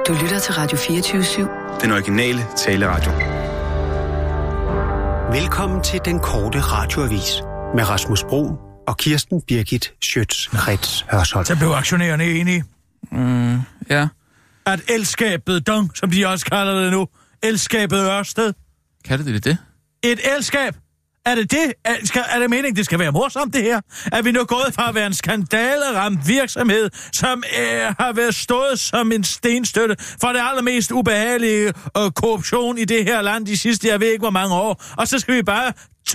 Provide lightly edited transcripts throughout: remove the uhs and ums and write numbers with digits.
Du lytter til Radio 24/7. Den originale taleradio. Velkommen til den korte radioavis med Rasmus Broen og Kirsten Birgit Schøtz-Krets Hørsholm. Så blev aktionærerne enige. Ja. At elskabet Dong, som de også kalder det nu, elskabet Ørsted. Kalder det det? Et elskab? Er det det? Er det meningen, det skal være morsomt, det her? Er vi nu gået fra at være en skandaleramt virksomhed, som har været stået som en stenstøtte for det allermest ubehagelige korruption i det her land de sidste, jeg ved ikke hvor mange år, og så skal vi bare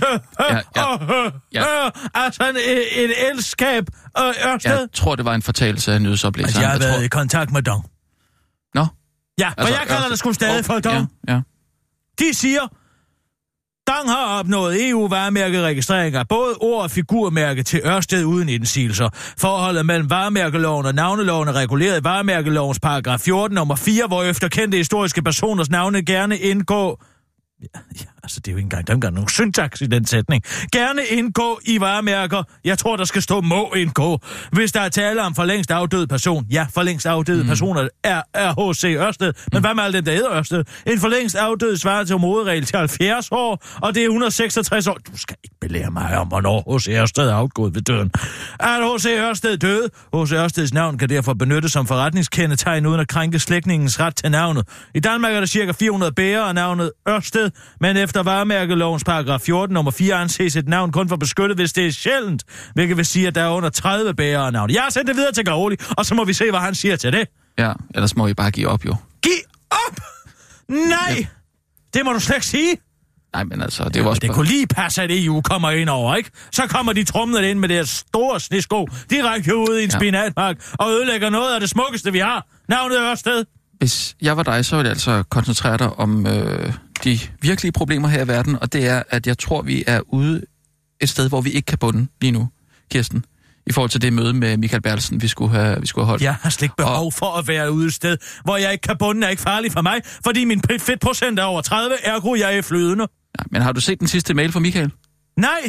altså et elskab Ørsted? Jeg tror, det var en fortalelse af nyhedsoplæseren. Altså, jeg har været i kontakt med Dong. Nå? Ja, for jeg kalder det sgu stadig for Dong. Ja. De siger, Dong har opnået EU-varemærkeregistrering af både ord- og figurmærke til Ørsted uden indsigelser. Forholdet mellem varemærkeloven og navneloven er reguleret i varemærkelovens paragraf 14 nummer 4, hvorefter kendte historiske personers navne gerne indgår... Ja, altså det er jo ikke engang nogen syntaks i den sætning. Gerne indgå i varemærker. Jeg tror, der skal stå må indgå. Hvis der er tale om for længst afdød person. Ja, for længst afdøde personer er H.C. Ørsted. Men hvad med alt den, der hedder Ørsted? En for længst afdød svarer til moderegel til 70 år, og det er 166 år. Du skal ikke belære mig om, hvornår H.C. Ørsted er afgået ved døden. At H.C. Ørsted døde. H.C. Ørsteds navn kan derfor benyttes som forretningskendetegn uden at krænke slægtningens ret til navnet. I Danmark er der cirka 400 bærere af navnet Ørsted, men efter varemærkelovens paragraf 14 nummer 4 anses et navn kun for beskyttet, hvis det er sjældent, hvilket vil sige, at der er under 30 bærere af navn. Jeg har sendt det videre til Garoli, og så må vi se, hvad han siger til det. Ja, ellers må I bare give op, jo. Giv op! Nej! Ja. Det må du slet ikke sige. Nej, men altså, det var også... Det kunne lige passe, at EU kommer ind over, ikke? Så kommer de tromlende ind med deres store snesko direkte ud i en spinatmark og ødelægger noget af det smukkeste, vi har. Navnet Ørsted. Hvis jeg var dig, så ville jeg altså koncentrere dig om de virkelige problemer her i verden, og det er, at jeg tror, vi er ude et sted, hvor vi ikke kan bunde lige nu, Kirsten, i forhold til det møde med Michael Bertelsen, vi skulle have holdt. Jeg har slet ikke behov for at være ude et sted, hvor jeg ikke kan bunde, er ikke farlig for mig, fordi min fedtprocent er over 30, ergo jeg er flydende. Ja, men har du set den sidste mail fra Michael? Nej.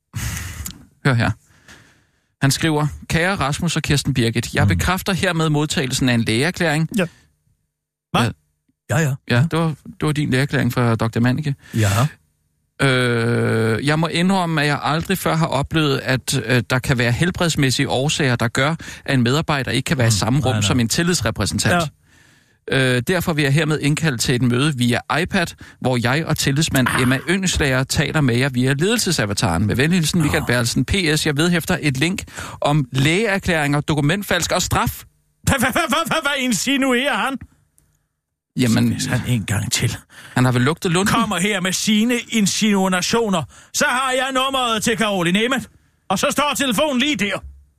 Hør her. Han skriver, kære Rasmus og Kirsten Birgit, jeg bekræfter hermed modtagelsen af en lægeerklæring. Ja. Hvad? Ja, det var din lægeerklæring fra Dr. Manneke. Ja. Jeg må indrømme, at jeg aldrig før har oplevet, at der kan være helbredsmæssige årsager, der gør, at en medarbejder ikke kan være i samme rum som en tillidsrepræsentant. Ja. Derfor vil jeg hermed indkalde til et møde via iPad, hvor jeg og tillidsmand Emma Yngslager taler med jer via ledelsesavataren. Med venligheden Michael Bertelsen. PS, jeg vedhæfter et link om lægeerklæringer, dokumentfalsk og straf. Hvad insinuerer han? Jamen, hvis han en gang til. Han har vel lugtet lunden. Kommer her med sine insinuationer, så har jeg nummeret til Caroline Nemeth. Og så står telefonen lige der.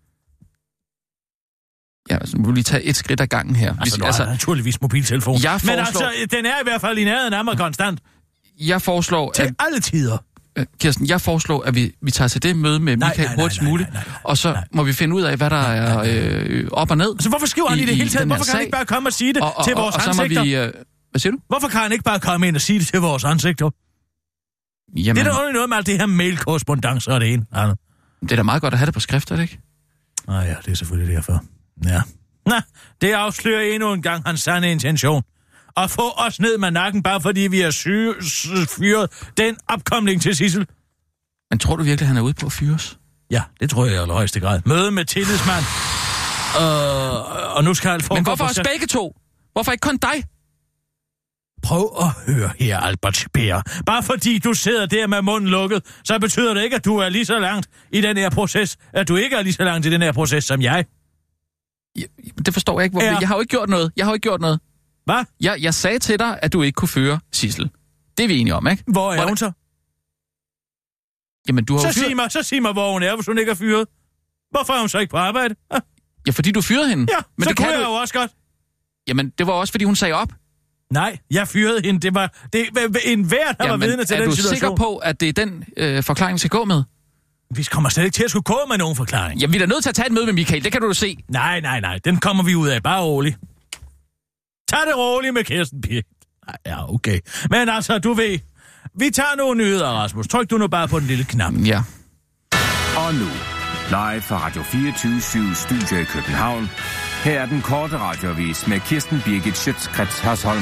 Ja, altså, nu vil lige tage et skridt ad gangen her. Altså, naturligvis mobiltelefon. Men altså, den er i hvert fald i nærheden af mig konstant. Jeg foreslår... Til alle tider. Kirsten, jeg foreslår, at vi tager til det møde med Michael hurtigst muligt, og så må vi finde ud af, hvad der er op og ned. Altså, hvorfor skriver han i det hele taget? Hvorfor kan han ikke bare komme og sige det til vores ansigter? Hvad siger du? Hvorfor kan han ikke bare komme ind og sige det til vores ansigter? Jamen, det er da ordentligt noget med alt det her mailkorrespondance og det ene. Det er da meget godt at have det på skrift, er det ikke? Ja, det er selvfølgelig derfor. Ja. Nå, det afslører endnu en gang hans sande intention. At få os ned med nakken, bare fordi vi har fyret den opkomling til Sissel. Men tror du virkelig, han er ude på at fyres? Ja, det tror jeg i allerhøjeste grad. Møde med tillidsmand. Og nu skal alt foregå... Men hvorfor også begge to? Hvorfor ikke kun dig? Prøv at høre her, Albert Speer. Bare fordi du sidder der med munden lukket, så betyder det ikke, at du er lige så langt i den her proces, at du ikke er lige så langt i den her proces som jeg. Det forstår jeg ikke. Jeg har jo ikke gjort noget. Hvad? Jeg sagde til dig, at du ikke kunne føre Sissel. Det er vi enige om, ikke? Hvor er hun så? Jamen, du har så sig mig, hvor hun er, hvis hun ikke er fyret. Hvorfor er hun så ikke på arbejde? Ja, fordi du fyrede hende. Ja, men så det kunne jeg jo også godt. Jamen, det var også, fordi hun sagde op. Nej, jeg fyrede hende. Det var en hver, der var vidne til den situation. Er du sikker på, at det er den forklaring, vi skal gå med? Vi kommer slet ikke til at skulle gå med nogen forklaring. Jamen, vi er da nødt til at tage et møde med Michael. Det kan du se. Nej. Den kommer vi ud af. Bare roligt. Tag det roligt med Kirsten Birk. Ja, okay. Men altså, du ved, vi tager nogle nyheder, Rasmus. Tryk du nu bare på den lille knap. Ja. Og nu, live fra Radio 24/7 Studio i København. Her er den korte radioavis med Kirsten Birgit Schøtz-Krets Hørsholm.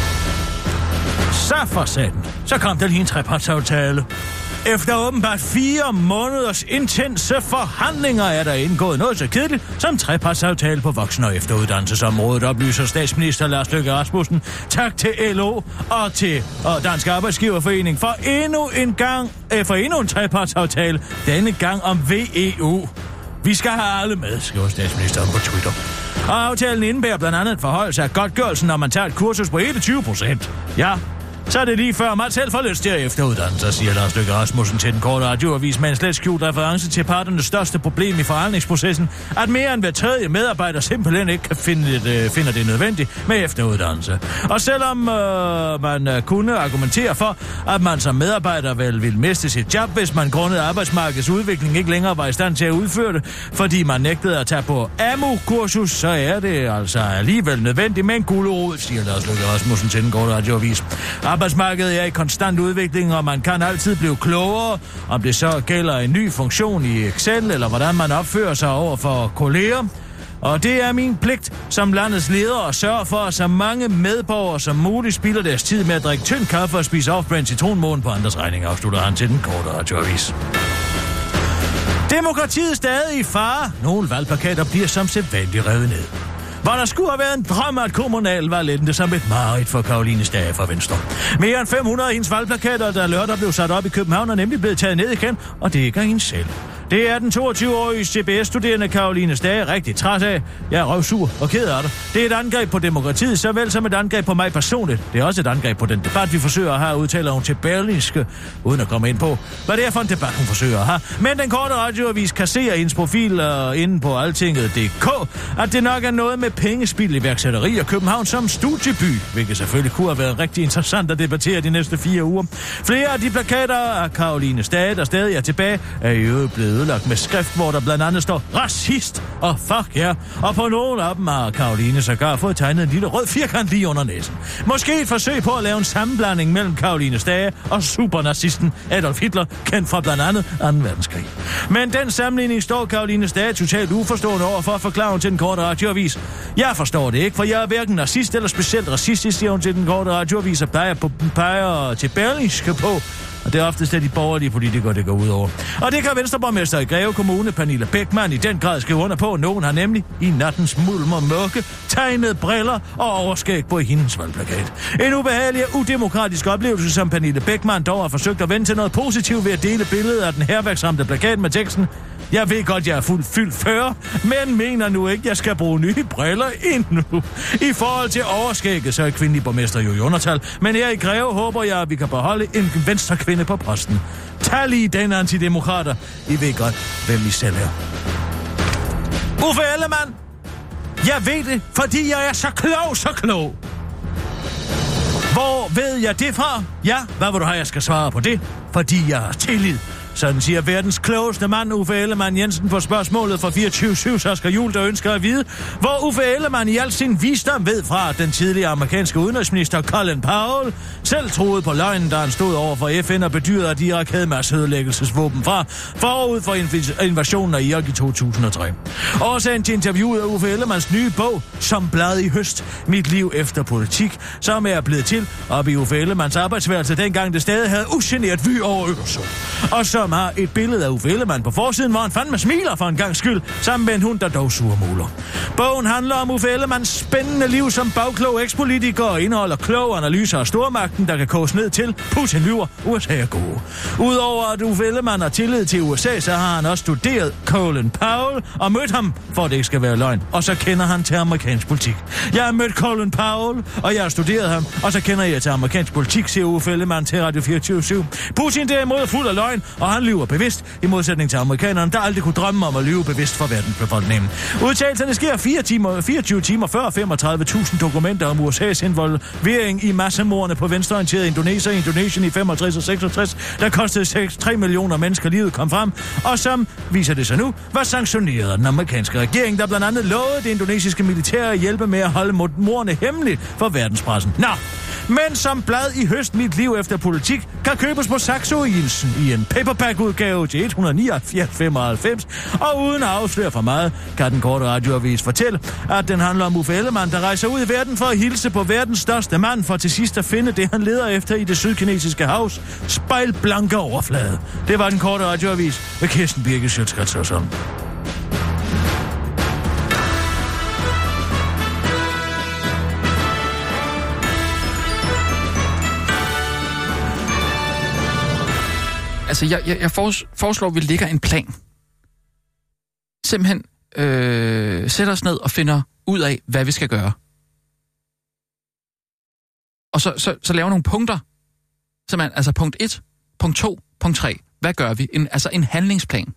Så for satan. Så kom der lige en trepartsaftale. Efter åbenbart 4 måneders intense forhandlinger er der indgået noget så kedeligt som trepartsaftale på voksen- og efteruddannelsesområdet, oplyser statsminister Lars Løkke Rasmussen. Tak til LO og til Dansk Arbejdsgiverforening for endnu en trepartsaftale, denne gang om VEU. Vi skal have alle med, skriver statsministeren på Twitter. Og aftalen indebærer blandt andet et forhøjelse af godtgørelsen, når man tager et kursus på 21%. Ja, så er det lige før man selv får lyst til at efteruddanne sig, siger Lars Løkke Rasmussen til den korte radioavis med en slet skjult reference til parternes største problem i forhandlingsprocessen, at mere end hver tredje medarbejder simpelthen ikke kan finder det nødvendigt med efteruddannelse. Og selvom man kunne argumentere for, at man som medarbejder vel ville miste sit job, hvis man grundet arbejdsmarkedets udvikling ikke længere var i stand til at udføre det, fordi man nægtede at tage på AMU-kursus, så er det altså alligevel nødvendigt med en gulerod, siger Lars Løkke Rasmussen til den korte radioavis. Arbejdsmarkedet er i konstant udvikling, og man kan altid blive klogere, om det så gælder en ny funktion i Excel, eller hvordan man opfører sig over for kolleger. Og det er min pligt som landets leder at sørge for, at så mange medborgere som muligt spilder deres tid med at drikke tynd kaffe og spise off-brand citronmåne på andres regning, afslutter han til den korte radioavis. Demokratiet stadig i fare. Nogle valgplakater bliver som sædvanligt revet ned. Hvor der skulle have været en drøm, at kommunalvalg endte som et mareridt for Caroline Stage fra Venstre. Mere end 500 af hendes valgplakater, der lørdag blev sat op i København, er nemlig blevet taget ned igen, og det er ikke hende selv. Det er den 22-årige CBS-studerende Caroline Stage rigtig træt af. Jeg er røvsur og ked af det. Det er et angreb på demokratiet, såvel som et angreb på mig personligt. Det er også et angreb på den debat, vi forsøger at have, udtaler hun til Berlingske, uden at komme ind på, hvad det er for en debat, hun forsøger at have. Men den korte radioavis kasserer hendes profil inde på altinget.dk, at det nok er noget med pengespil, iværksætteri og København som studieby, hvilket selvfølgelig kunne have været rigtig interessant at debattere de næste 4 uger. Flere af de plakater af Caroline Stage, der stadig er tilbage, er i øvrigt blevet udlagt med skrift, hvor der blandt andet står racist og fuck ja. Og på nogle af dem har Caroline sågar fået tegnet en lille rød firkant lige under næsen. Måske et forsøg på at lave en sammenblanding mellem Caroline Stage og supernazisten Adolf Hitler, kendt fra blandt andet 2. verdenskrig. Men den sammenligning står Caroline Stage totalt uforstående over for at forklare hun til den korte radioavis. Jeg forstår det ikke, for jeg er hverken nazist eller specielt racistisk, siger hun til den korte radioavis og peger til Berlingske på. Og det er oftest de borgerlige politikere, det går ud over. Og det kan venstreborgmester i Greve Kommune, Pernille Beckmann, i den grad skrive under på. Nogen har nemlig i nattens mulm og mørke tegnet briller og overskæg på hendes valgplakat. En ubehagelig og udemokratisk oplevelse, som Pernille Beckmann dog har forsøgt at vende til noget positivt ved at dele billedet af den hærværksramte plakat med teksten: jeg ved godt, jeg er fyldt 40, men mener nu ikke, jeg skal bruge nye briller endnu. I forhold til overskægget, så er kvindelig borgmester jo i undertal, men her i Greve håber jeg, at vi kan beholde en venstre kvinde på posten. Tag lige den, antidemokrater. I ved godt, hvem I selv er. Uffe Ellemann! Jeg ved det, fordi jeg er så klog. Hvor ved jeg det fra? Ja, hvad vil du have, jeg skal svare på det? Fordi jeg har tillid. Sådan siger verdens klogeste mand, Uffe Ellemann Jensen, på spørgsmålet fra 24/7 Oscar Juhl, der ønsker at vide, hvor Uffe Ellemann i al sin visdom ved fra, at den tidligere amerikanske udenrigsminister Colin Powell selv troede på løgnen, da han stod over for FN og bedyrede, at Irak havde masseødelæggelsesvåben forud for invasionen af Irak i 2003. Årsagen til interviewet af Uffe Ellemanns nye bog, Som blad i høst, Mit liv efter politik, som er blevet til op i Uffe Ellemanns arbejdsværelse, dengang det stadig havde ugeneret vy over Øresund. Og som har et billede af Uffe Ellemann på forsiden, hvor han fandme smiler for en gang skyld, sammen med en hund, der dog surmuler. Bogen handler om Uffe Ellemanns spændende liv som bagklog ekspolitiker og indeholder kloge analyser af stormagten, der kan koges ned til Putin lyver, USA er gode. Udover at Uffe Ellemann har tillid til USA, så har han også studeret Colin Powell og mødt ham, for at det ikke skal være løgn. Og så kender han til amerikansk politik. Jeg har mødt Colin Powell, og jeg har studeret ham, og så kender jeg til amerikansk politik, siger Uffe Ellemann til Radio 24/7. Putin derimod er fuld af løgn, og han lyver bevidst, i modsætning til amerikanerne, der aldrig kunne drømme om at lyve bevidst for verdensbefolkningen. Udtalelserne sker 24 timer før 35.000 dokumenter om USA's involvering i massemordene på venstreorienterede Indonesien i 65 og 66, der kostede 3 millioner mennesker livet kom frem, og som, viser det sig nu, var sanktioneret af den amerikanske regering, der blandt andet lovede det indonesiske militær at hjælpe med at holde mordene hemmeligt for verdenspressen. Nå, Men som blad i Høst Mit Liv efter politik kan købes på Saxo Jensen i en paperback-udgave til 179,95, og uden at afsløre for meget, kan den korte radioavis fortælle, at den handler om Uffe Ellemann, der rejser ud i verden for at hilse på verdens største mand, for til sidst at finde det, han leder efter i det sydkinesiske havs spejlblanke overflade. Det var den korte radioavis med Kirsten Birgit Schøtz-Krets Hørsholm. Altså, jeg foreslår, at vi lægger en plan. Simpelthen sætter os ned og finder ud af, hvad vi skal gøre. Og så laver nogle punkter. Simpelthen, altså punkt 1, punkt 2, punkt 3. Hvad gør vi? En handlingsplan.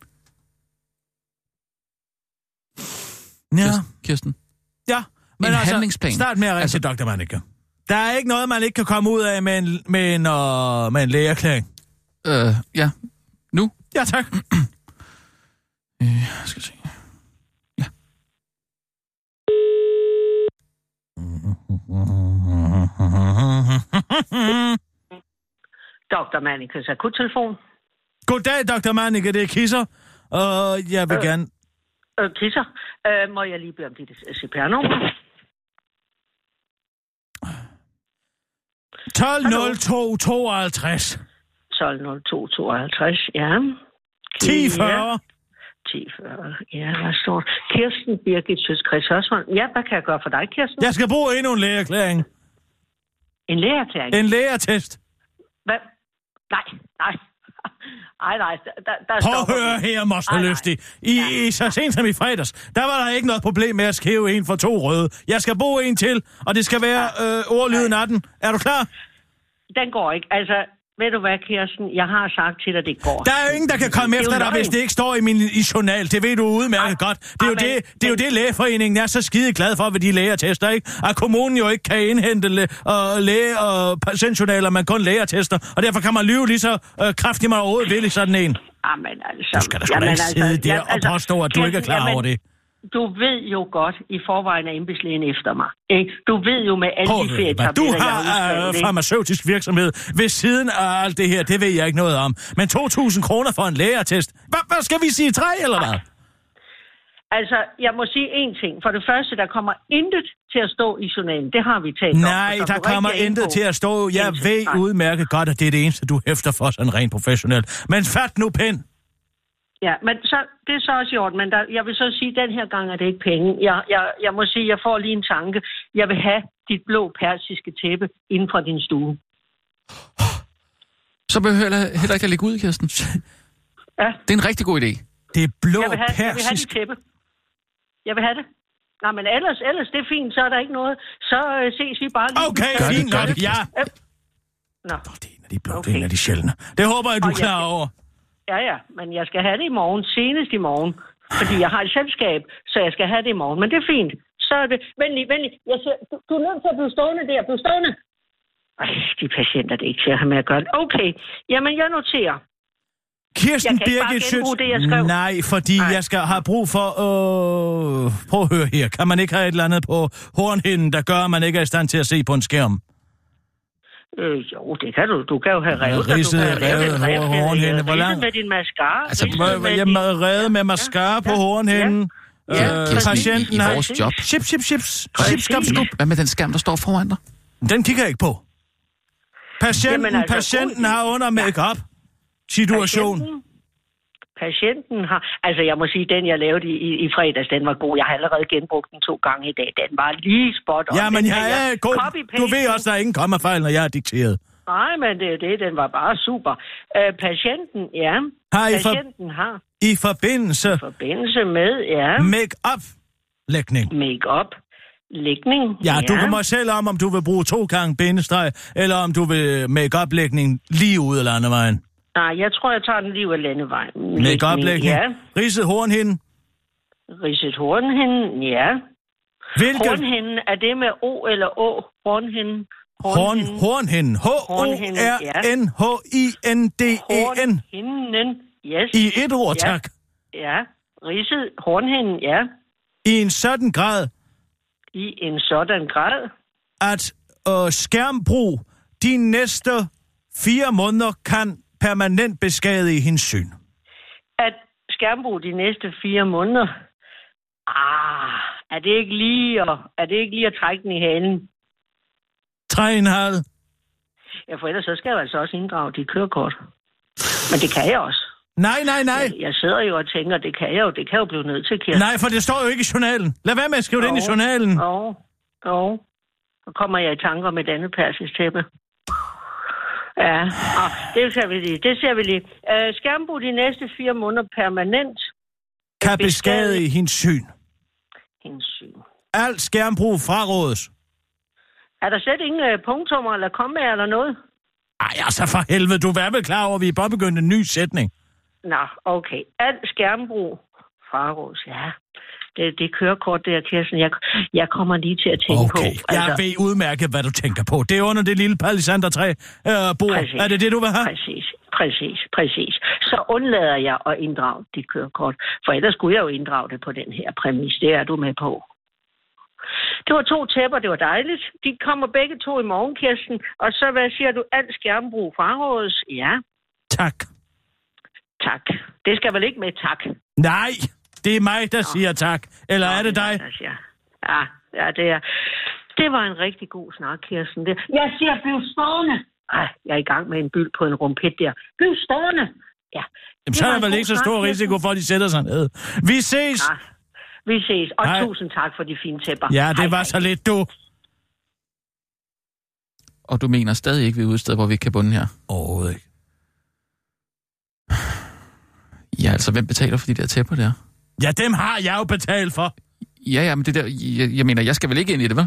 Ja. Kirsten? Ja, men en altså, handlingsplan. Start med at ringe til Dr. Manneke. Der er ikke noget, man ikke kan komme ud af med en lægeerklæring. Ja. Nu? Ja, tak. Skal se. Ja. Dr. Mannikes akuttelefon. Goddag, Dr. Manneke, det er Kisser. Jeg vil gerne... Kisser, må jeg lige bede om dit CPR-nummer? 120252. 120252, ja. 1040. 1040, ja, hvad står der? Kirsten Birgit Schøtz-Krets Hørsholm. Ja, hvad kan jeg gøre for dig, Kirsten? Jeg skal bruge endnu en lægeerklæring. En lægeerklæring? En lægeattest. Hvad? Nej. Nej, der prøv at høre her, Mosterlystig. Så sent som i fredags, der var der ikke noget problem med at skrive en for 2 røde. Jeg skal bruge en til, og det skal være ordlyden af den. Er du klar? Den går ikke. Altså, ved du hvad, Kirsten? Jeg har sagt til dig, det går. Der er jo ingen, der kan komme efter dig, hvis det ikke står i min journal. Det ved du udmærket godt. Det er jo det, lægeforeningen er så skide glad for ved de lægeattester, ikke? At kommunen jo ikke kan indhente læge- og patientjournaler, men kun lægeattester. Og derfor kan man lyve lige så kraftigt, man overhovedet vil i sådan en. Amen, altså. Du skal da ikke sidde der og påstå, at du ikke er klar over det. Du ved jo godt, i forvejen er embedslægen efter mig. Ikke? Du ved jo med alle de ferietabletter, du har farmaceutisk virksomhed ved siden af alt det her, det ved jeg ikke noget om. Men 2.000 kroner for en lægeattest. Hvad skal vi sige, 3 eller hvad? Altså, jeg må sige én ting. For det første, der kommer intet til at stå i journalen. Det har vi talt om. Nej, der kommer intet til at stå. Jeg ved udmærket godt, at det er det eneste, du hæfter for sådan rent professionelt. Men fat nu pind. Ja, men så, det er så også i orden, men jeg vil så sige, at den her gang er det ikke penge. Jeg må sige, at jeg får lige en tanke. Jeg vil have dit blå persiske tæppe inden for din stue. Så behøver jeg heller ikke at lægge ud, Kirsten. Ja. Det er en rigtig god idé. Det er blå persisk. Jeg vil have dit tæppe. Jeg vil have det. Nej, men ellers det er fint, så er der ikke noget. Så ses vi bare lige. Okay, fint nok, ja. Nå. Det er en af de blå, det er en af de sjældne. Det håber jeg, du er klar over. Ja, men jeg skal have det i morgen, senest i morgen. Fordi jeg har et selskab, så jeg skal have det i morgen. Men det er fint. Så er det... Venlig. Du er nødt til at blive stående der. Bliv stående. De patienter, det er ikke til at have med at gøre det. Okay, jamen jeg noterer. Kirsten Birgit Schøtz... Nej, fordi jeg skal have brug for... Prøv at høre her. Kan man ikke have et eller andet på hornhinden, der gør, at man ikke er i stand til at se på en skærm? Jo, det kan du. Du kan jo have revet. Revet hornhinde. Hvor lang? Med din mascara. Altså, jeg redde med mascara på hornhinden. Patienten har... I vores job. Chips. Hvad med den skærm, der står foran dig? Den kigger jeg ikke på. Patienten har under make-up situation. Patienten har... Altså, jeg må sige, den jeg lavede i fredags, den var god. Jeg har allerede genbrugt den 2 gange i dag. Den var lige spot on. Ja, men jeg er god. Du ved også, der er ingen kommafejl, når jeg har dikteret. Nej, men det er det. Den var bare super. Patienten, ja. Patienten har... I forbindelse med, ja. Make-up-lægning. Make-up-lægning, ja. Du kan mig selv om du vil bruge 2 gange bindestreg, eller om du vil make-up-lægning lige ud af landevejen. Nej, jeg tror, jeg tager den lige ud af landevejen. Make-up-lægning? Ja. Ridset hornhinde? Ridset hornhinde, ja. Hvilket? Hornhinden, er det med O eller Å? Hornhinden? Hornhinden. H-O-R-N-H-I-N-D-E-N. Hornhinden, yes. I et ord, tak. Ja, ridset hornhinden, ja. I en sådan grad. I en sådan grad. At skærmbrug de næste 4 måneder kan permanent beskadige hendes syn. At skærmbrug de næste 4 måneder? Er det ikke lige at trække den i halen? 3,5. Ja, for ellers så skal jeg altså også inddrage dit kørekort. Men det kan jeg også. Nej. Jeg sidder jo og tænker, det kan jo blive nødt til, Kirsten. Nej, for det står jo ikke i journalen. Lad være med at skrive det ind i journalen. Jo. Så kommer jeg i tanker om et andet persisk tæppe. Ja, det ser vi lige. Skærmbrug de næste 4 måneder permanent. Kan beskadige hendes syn. Alt skærmbrug frarådes. Er der slet ingen punktummer eller kommaer eller noget? Ej, altså for helvede, du er vel klar over, at vi er bare begyndt en ny sætning. Nå, okay. Alt skærmbrug frarådes, ja. Det kørekort der, Kirsten, jeg kommer lige til at tænke på. Okay, jeg ved udmærket, hvad du tænker på. Det er under det lille palisandertræ bord. Er det du vil have? Præcis. Så undlader jeg at inddrage dit kørekort. For ellers skulle jeg jo inddrage det på den her præmis. Det er du med på. Det var 2 tæpper, det var dejligt. De kommer begge 2 i morgen, Kirsten. Og så, hvad siger du, alt skærmbrug frarådes? Ja. Tak. Det skal vel ikke med tak? Nej, det er mig, der siger tak. Eller er det dig? Ja, det er. Det var en rigtig god snak, Kirsten. Jeg siger, bliv stående. Jeg er i gang med en byld på en rumpet der. Bliv stående. Ja. Jamen, så er der vel ikke så stor risiko for, at de sætter sig ned. Vi ses. Vi ses, og tusind tak for de fine tæpper. Ja, det var så lidt, du. Og du mener stadig ikke, vi er ude et sted, hvor vi ikke kan bunde her? Overhovedet ikke. Ja, altså, hvem betaler for de der tæpper der? Ja, dem har jeg jo betalt for. Ja, men det der, jeg mener, jeg skal vel ikke ind i det, vel?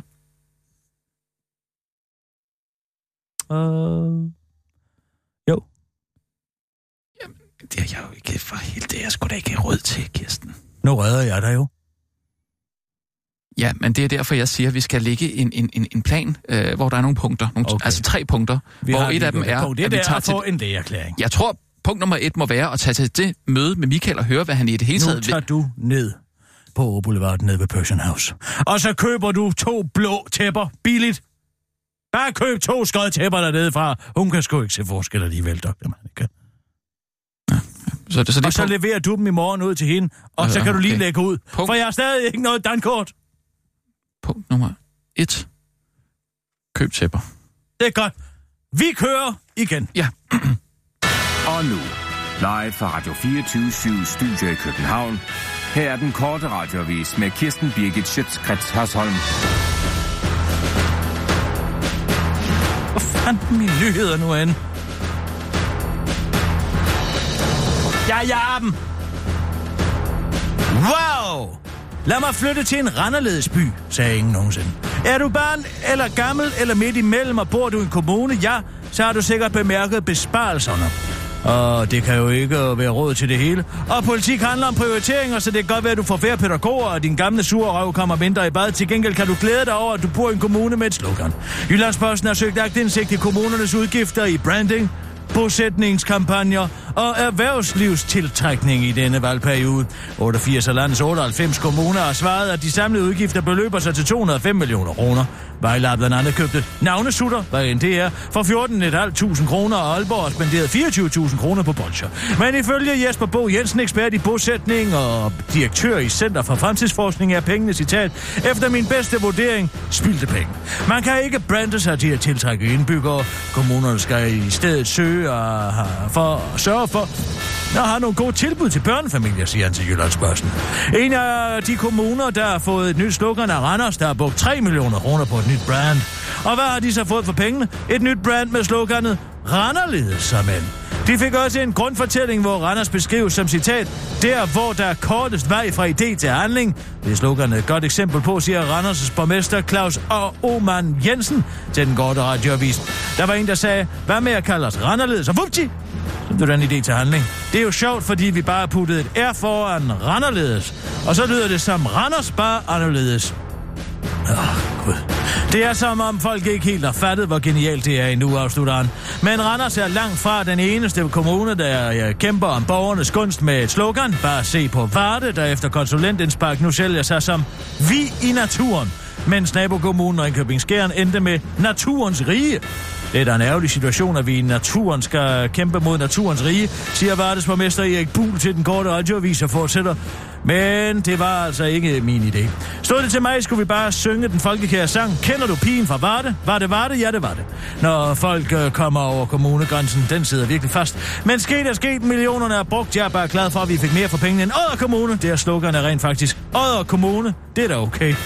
Jo. Jamen, det er jeg jo ikke for helt. Det er jeg sgu da ikke råd til, Kirsten. Nu redder jeg dig jo. Ja, men det er derfor, jeg siger, at vi skal lægge en plan, hvor der er nogle punkter. Altså 3 punkter, hvor et af dem er, at vi tager til en lægeerklæring. Jeg tror, punkt nummer 1 må være at tage til det møde med Michael og høre, hvad han i det hele taget vil. Nu tager du ned på Boulevarden nede ved Persian House. Og så køber du 2 blå tæpper billigt. Bare køb 2 skøde tæpper dernede fra. Hun kan sgu ikke se forskel alligevel, doktor Manike. Så leverer du dem i morgen ud til hende, og så kan du lige lægge ud. For jeg har stadig ikke noget dankort. Punkt nummer 1. Køb tæpper. Det er godt. Vi kører igen. Ja. Og nu, live fra Radio 24/7 Studio i København. Her er den korte radioavis med Kirsten Birgit Schøtz-Krets Hørsholm. Hvor fanden mine nyheder nu end? Jeg har dem. Wow! Lad mig flytte til en randerledes by, sagde ingen nogensinde. Er du barn eller gammel eller midt imellem, og bor du i en kommune, ja, så har du sikkert bemærket besparelserne. Og det kan jo ikke være råd til det hele. Og politik handler om prioriteringer, så det kan godt være, at du får færre pædagoger, og din gamle sure røv kommer mindre i bad. Til gengæld kan du glæde dig over, at du bor i en kommune med et slogan. Jyllandsposten har søgt aktindsigt i kommunernes udgifter i branding, bosætningskampagner og erhvervslivstiltrækning i denne valgperiode. 88 af landets 98 kommuner har svaret, at de samlede udgifter beløber sig til 205 millioner kroner. Vejle har blandt andet købte navnesutter, hvad NDR, for 14.500 kroner, og Aalborg har spenderet 24.000 kroner på bolcher. Men ifølge Jesper Bo Jensen, ekspert i bosætning og direktør i Center for Fremtidsforskning, er pengene, citat, efter min bedste vurdering, spildte penge. Man kan ikke brande sig til at tiltrække indbyggere. Kommunerne skal i stedet søge for at sørge for at have nogle gode tilbud til børnefamilier, siger han til Jyllandsposten. En af de kommuner, der har fået et nyt slogan af Randers, der har brugt 3 millioner kroner på et nyt brand. Og hvad har de så fået for pengene? Et nyt brand med sloganet Randerledes, sammen. De fik også en grundfortælling, hvor Randers beskrives som citat, der hvor der er kortest vej fra idé til handling. Det er sloganet et godt eksempel på, siger Randers' borgmester Claus Oman Jensen til den korte radioavis. Der var en, der sagde, hvad med at kalde os Randerledes? Og vupti! Så blev der en idé til handling. Det er jo sjovt, fordi vi bare puttede et R foran Randerledes. Og så lyder det som Randers bare anderledes. Gud. Det er som om folk ikke helt har fattet, hvor genialt det er endnu, afslutter han. Men Randers er langt fra den eneste kommune, der kæmper om borgernes gunst med et slogan. Bare se på Varde, der efter konsulentindspark nu sælger sig som vi i naturen. mens nabokommunen Ringkøbing-Skjern endte med naturens rige. Det er da en ærgerlig situation, at vi i naturen skal kæmpe mod naturens rige, siger Vardes borgmester Erik Buhl til den korte radioavis og fortsætter. Men det var altså ikke min idé. Stod det til mig, skulle vi bare synge den folkekære sang. Kender du pigen fra Varde? Var det? Ja, det var det. Når folk kommer over kommunegrænsen, den sidder virkelig fast. Men sket er sket, millionerne er brugt. Jeg er bare glad for, at vi fik mere for pengene end Odder Kommune. Det er slogan er rent faktisk. Odder Kommune, det er da okay.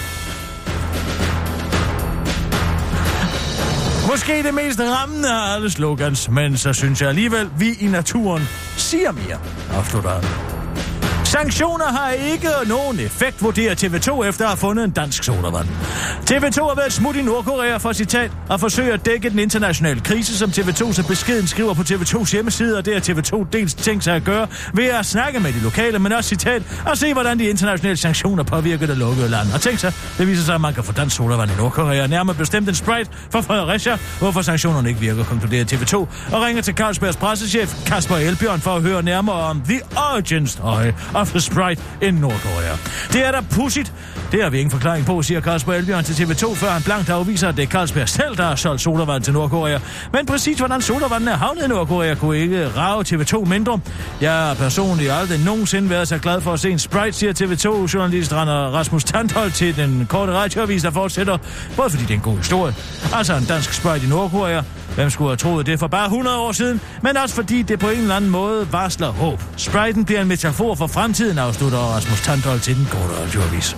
Måske det mest rammende af alle slogans, men så synes jeg alligevel, vi i naturen siger mere, afslutter han. Sanktioner har ikke nogen effekt, vurderer TV2 efter at have fundet en dansk sodavand. TV2 har været smut i Nordkorea for citat og forsøger at dække den internationale krise, som TV2 så beskeden skriver på TV2's hjemmeside, og det har TV2 dels tænkt sig at gøre ved at snakke med de lokale, men også citat, og se hvordan de internationale sanktioner påvirker det lukkede land. Og tænk sig, det viser sig, at man kan få dansk sodavand i Nordkorea, nærmere bestemt en Sprite for Fredericia, hvorfor sanktionerne ikke virker, konkluderer TV2, og ringer til Carlsbergs pressechef Kasper Elbjørn for at høre nærmere om the origin story of the Sprite in Nordkorea. Det er da pudsigt. Det har vi ingen forklaring på, siger Kasper Elbjørn til TV2, før han blankt afviser, at det er Carlsberg selv, der har solgt sodavand til Nordkorea. Men præcis hvordan sodavanden er havnet i Nordkorea, kunne ikke rage TV2 mindre. Jeg har personligt aldrig nogensinde været så glad for at se en Sprite, siger TV2-journalist Rasmus Tandholt til den korte radioavis, der fortsætter, både fordi det er en god historie. Altså en dansk Sprite i Nordkorea. Hvem skulle have troet det for bare 100 år siden? Men også fordi det på en eller anden måde varsler håb. Spriten bliver en metafor for fremtiden, afslutter Rasmus Tandholt til den korte radioavis.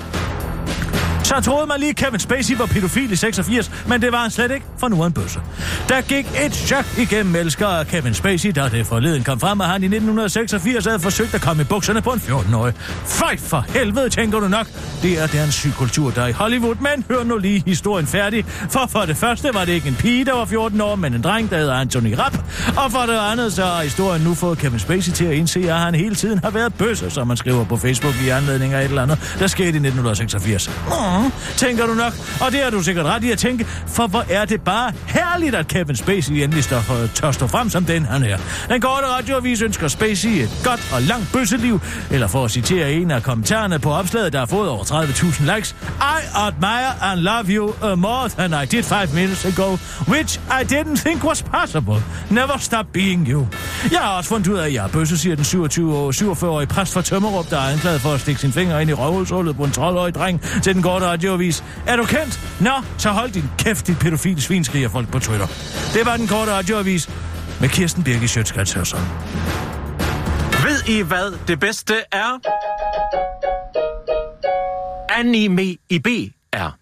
Så troede man lige, Kevin Spacey var pædofil i 86, men det var han slet ikke, for nu er han bøsse. Der gik et chok igennem elskere af Kevin Spacey, da det forleden kom frem, at han i 1986 havde forsøgt at komme i bukserne på en 14-årig. Føj for helvede, tænker du nok. Det er den syg kultur, der er i Hollywood, men hør nu lige historien færdig. For det første var det ikke en pige, der var 14 år, men en dreng, der hedder Anthony Rapp. Og for det andet, så har historien nu fået Kevin Spacey til at indse, at han hele tiden har været bøsse, som man skriver på Facebook i anledning af et eller andet, der skete i 1986. Tænker du nok, og det er du sikkert ret i at tænke, for hvor er det bare herligt, at Kevin Spacey endelig tør stå frem som den han er. Den korte radioavis ønsker Spacey et godt og langt bøsseliv, eller for at citere en af kommentarerne på opslaget, der har fået over 30.000 likes. I admire and love you more than I did 5 minutes ago, which I didn't think was possible. Never stop being you. Jeg har også fundet ud af, at jeg er bøsse, siger den 47-årige præst fra Tømmerup, der er anklaget for at stikke sin finger ind i røvhulshullet på en 12-årig dreng til den korte radioavis. Er du kendt? Nå, så hold din kæft, dit pædofile svin, skriger folk på Twitter. Det var den korte radioavis med Kirsten Birgit Schøtz-Krets Hørsholm. Ved I, hvad det bedste er? Anime i B er.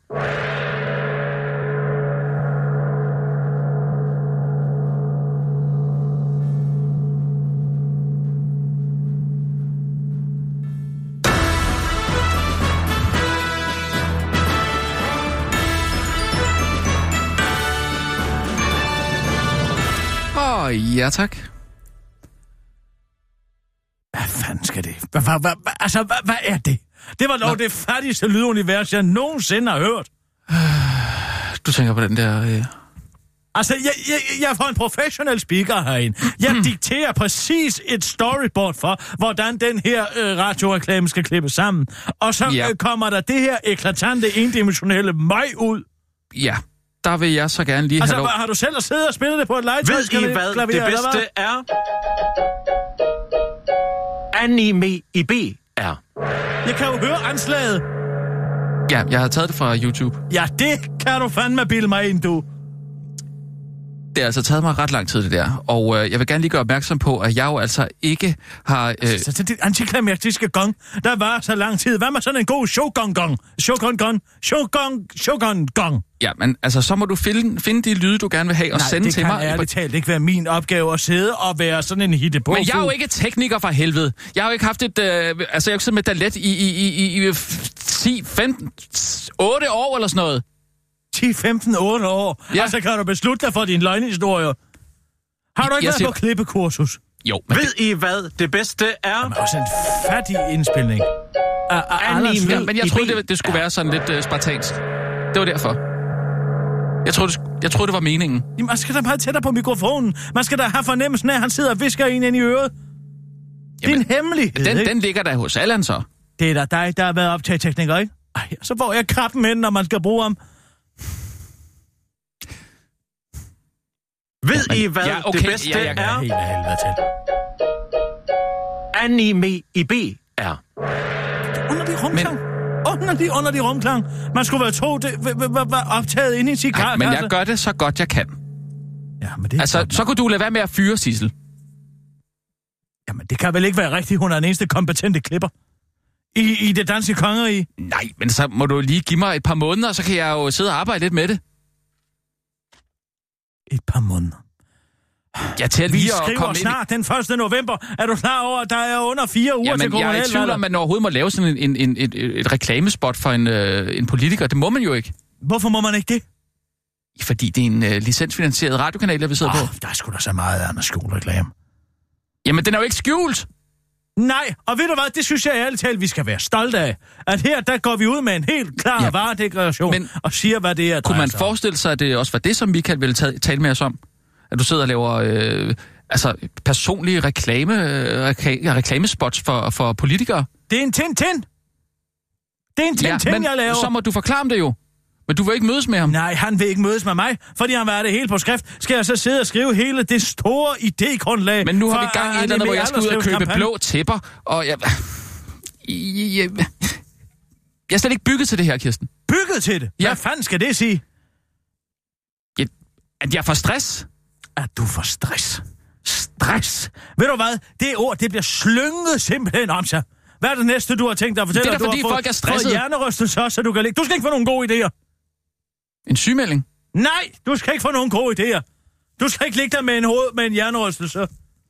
Ja, tak. Hvad fanden skal det? Hvad er det? Det var dog det fattigste lydunivers, jeg nogensinde har hørt. Du tænker på den der... Altså, jeg får en professionel speaker herinde. Jeg dikterer præcis et storyboard for, hvordan den her radioreklame skal klippes sammen. Og så kommer der det her eklatante, endimensionelle møg ud. Ja. Der vil jeg så gerne lige have lov. Har du selv at sidde og spille det på et legetøj? Ved I, hvad det bedste er? Anime i B er. Jeg kan jo høre anslaget. Ja, jeg har taget det fra YouTube. Ja, det kan du fandme bilde mig ind, du. Det har altså taget mig ret lang tid, det der. Og jeg vil gerne lige gøre opmærksom på, at jeg jo altså ikke har... Så det antiklimatiske gong, der var så lang tid. Hvad med sådan en god shogun-gong? Shogun-gong. Ja, men altså, så må du finde de lyde, du gerne vil have og sende til mig. Nej, det kan ærligt talt ikke være min opgave at sidde og være sådan en hittepå. Men jeg er jo ikke tekniker for helvede. Jeg har jo ikke haft et... jeg har jo ikke siddet med Dalet i 10, 15, 8 år eller sådan noget. 10, 15, 8 år? Ja. Altså, kan du beslutte dig for din løgnhistorier? Har du ikke været på klippekursus? Jo. Ved I, hvad det bedste er? Jamen, også en fattig indspilning. Men jeg troede, det skulle være sådan lidt spartansk. Det var derfor. Jeg troede, det var meningen. Jamen, man skal da bare tættere på mikrofonen. Man skal da have fornemmelsen af, at han sidder og visker en ind i øret. Jamen, det er en hemmelighed, den ligger der hos Allan, så. Det er da dig, der har været optaget tekniker, ikke? Ej, så får jeg krabben hen, når man skal bruge ham. Ved I, hvad det bedste er? Helt af helvede til. Anime i B er. Underlig rumklang. Underlig rumklang. Man skulle være tro, det var optaget ind i en cigar. Men jeg gør det så godt, jeg kan. Ja, men det altså, så kunne du lade være med at fyre, Sissel. Jamen, det kan vel ikke være rigtigt, hun er den eneste kompetente klipper i det danske kongerige? Nej, men så må du lige give mig et par måneder, så kan jeg jo sidde og arbejde lidt med det. Et par måneder? Ja, til at vi lige skriver snart den 1. november. Er du klar over, at der er under 4 uger til kommunalvalget? Jeg er i tvivl om, at man overhovedet må lave sådan et reklamespot for en politiker. Det må man jo ikke. Hvorfor må man ikke det? Fordi det er en licensfinansieret radiokanal, der vi sidder på. Der er sgu da så meget andet skjult reklame. Jamen, den er jo ikke skjult. Nej, og ved du hvad, det synes jeg ærligt talt, vi skal være stolte af. At her, der går vi ud med en helt klar varedeklaration og siger, hvad det er. Kunne man forestille sig, at det også var det, som Michael ville tale med os om? At du sidder og laver personlige reklamespots for politikere? Det er en Tintin. Det er en Tintin, jeg laver. Så må du forklare det jo. Men du vil ikke mødes med ham? Nej, han vil ikke mødes med mig, fordi han vil have det hele på skrift. Skal jeg så sidde og skrive hele det store idégrundlag? Men nu har vi gang i et eller andet, hvor jeg skal ud og købe blå tæpper, og jeg er slet ikke bygget til det her, Kirsten. Bygget til det? Hvad fanden skal det sige? At jeg får stress? At du får stress? Stress? Ved du hvad? Det ord, det bliver slynget simpelthen om sig. Hvad er det næste, du har tænkt dig at fortælle? Det er da, fordi folk er stresset. Du har fået hjernerystelse også, så du kan ligge. Du skal ikke få nogen gode idéer. En sygemelding? Nej, du skal ikke få nogen gode idéer. Du skal ikke ligge der med en hjernerystelse.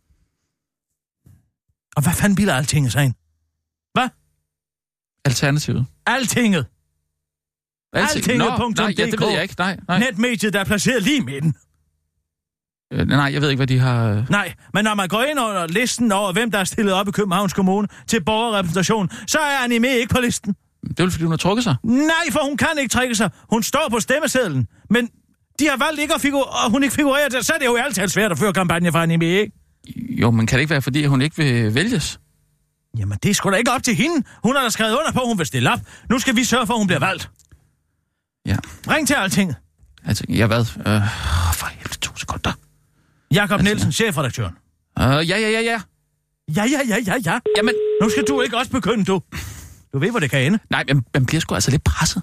Og hvad fanden bilder altinget sig ind? Hvad? Alternativet. Altinget. Altinget.dk. Nej, det ved jeg ikke. Nej. Netmediet, der er placeret lige i midten. Nej, jeg ved ikke, hvad de har... Nej, men når man går ind under listen over, hvem der er stillet op i Københavns Kommune til borgerrepræsentation, så er Anime ikke på listen. Det er vel, fordi hun har trukket sig? Nej, for hun kan ikke trække sig. Hun står på stemmesedlen. Men de har valgt ikke at og hun ikke figurerer der, så er det jo altid svært at føre kampagne for Anime, ikke? Jo, men kan det ikke være, fordi hun ikke vil vælges? Jamen, det er sgu da ikke op til hende. Hun har da skrevet under på, at hun vil stille op. Nu skal vi sørge for, at hun bliver valgt. Ja. Ring til alting. Altså, jeg hvad? For helvede, 2 sekunder. Jakob Nielsen, chefredaktøren. Ja. Ja. Jamen, nu skal du ikke også begynde, du. Du ved, hvor det kan ende. Nej, men man bliver sgu altså lidt presset.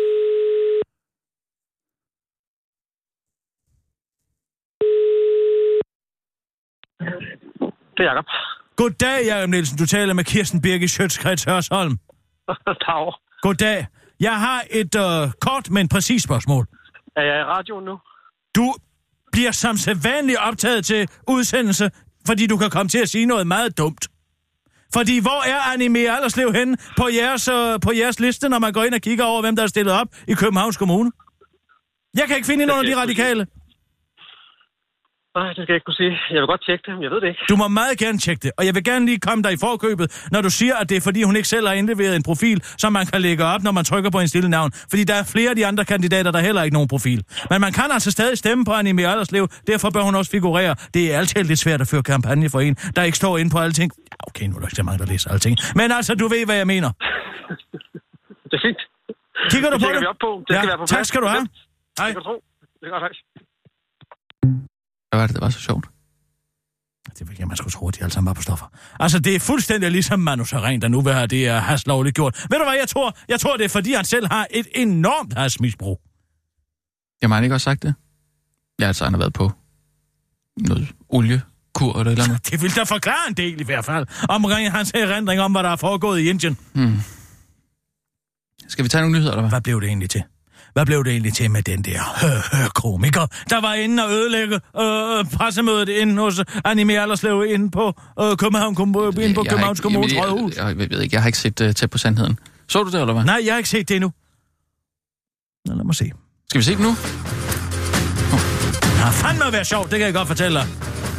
Det er Jakob. Goddag, Jakob Nielsen. Du taler med Kirsten Birgit Schøtz-Krets Hørsholm. Dag. Goddag. Jeg har et kort, men præcis spørgsmål. Er jeg i radioen nu? Du bliver som sædvanligt optaget til udsendelse, fordi du kan komme til at sige noget meget dumt. Fordi hvor er Anime Allerslev henne på jeres liste, når man går ind og kigger over, hvem der er stillet op i Københavns Kommune? Jeg kan ikke finde nogen af de radikale. Nej, det skal jeg ikke kunne sige. Jeg vil godt tjekke det, men jeg ved det ikke. Du må meget gerne tjekke det, og jeg vil gerne lige komme dig i forkøbet, når du siger, at det er fordi, hun ikke selv har indleveret en profil, som man kan lægge op, når man trykker på en stille navn. Fordi der er flere af de andre kandidater, der heller ikke nogen profil. Men man kan altså stadig stemme på Anime Allerslev, derfor bør hun også figurere. Det er altid lidt svært at føre kampagne for en, der ikke står inde på alting. Ja, okay, nu er der ikke så mange, der læser alting. Men altså, du ved, hvad jeg mener. Det er fint. Kigger du på det? Vi op på. Det skal være på plads. Tak skal du have. Hej. Det kan du tro. Det er godt, hej. Hvad var det, der var så sjovt? Det vil jeg, man skulle tro, at de alle sammen var på stoffer. Altså, det er fuldstændig ligesom Manu Sareen, der nu vil have det has lovligt gjort. Ved du hvad, jeg tror, det er, fordi han selv har et enormt hasmisbrug. Jamen, har han ikke også sagt det? Ja, altså, han har været på noget oliekur eller andet. Det vil da forklare en del i hvert fald, omkring hans erindring om, hvad der er foregået i Indien. Skal vi tage nogle nyheder, eller hvad? Hvad blev det egentlig til? Hvad blev det egentlig til med den der komiker, der var inde og ødelægge pressemødet inde hos Anime Allerslev inde på Københavns Kommunes rådhus? Jeg ved ikke, jeg har ikke set tæt på sandheden. Så du det, eller hvad? Nej, jeg har ikke set det endnu. Nå, lad mig se. Skal vi se det nu? Det har fandme være sjovt, det kan jeg godt fortælle dig.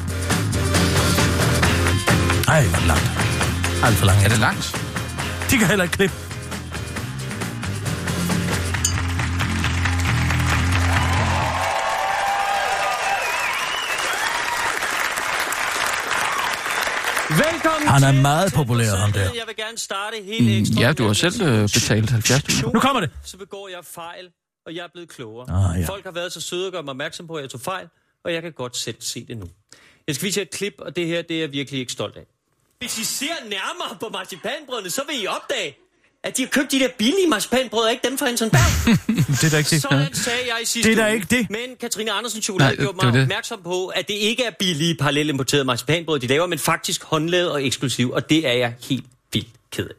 Ej, hvor langt. Alt for langt. Er det langt? De kan heller ikke klippe. Velkommen. Han er meget populær, ham der. Jeg vil gerne starte helt ekstra. Ja, du har selv betalt 70.000. Nu kommer det. Så begår jeg fejl, og jeg er blevet klogere. Ja. Folk har været så søde og gør mig opmærksom på, at jeg tog fejl, og jeg kan godt selv se det nu. Jeg skal vise jer et klip, og det her, det er jeg virkelig ikke stolt af. Hvis I ser nærmere på marcipanbrødene, så vil I opdage, at de har købt de der billige marcipanbrød, og ikke dem fra Hansen Berg. Det er da ikke det. Sådan sagde jeg i sidste Det er da uge. ikke det. Men Katrine Andersen Chokolade gjorde mig opmærksom på, at det ikke er billige parallelimporterede marcipanbrød, de laver, men faktisk håndlavet og eksklusiv, og det er jeg helt vildt ked af.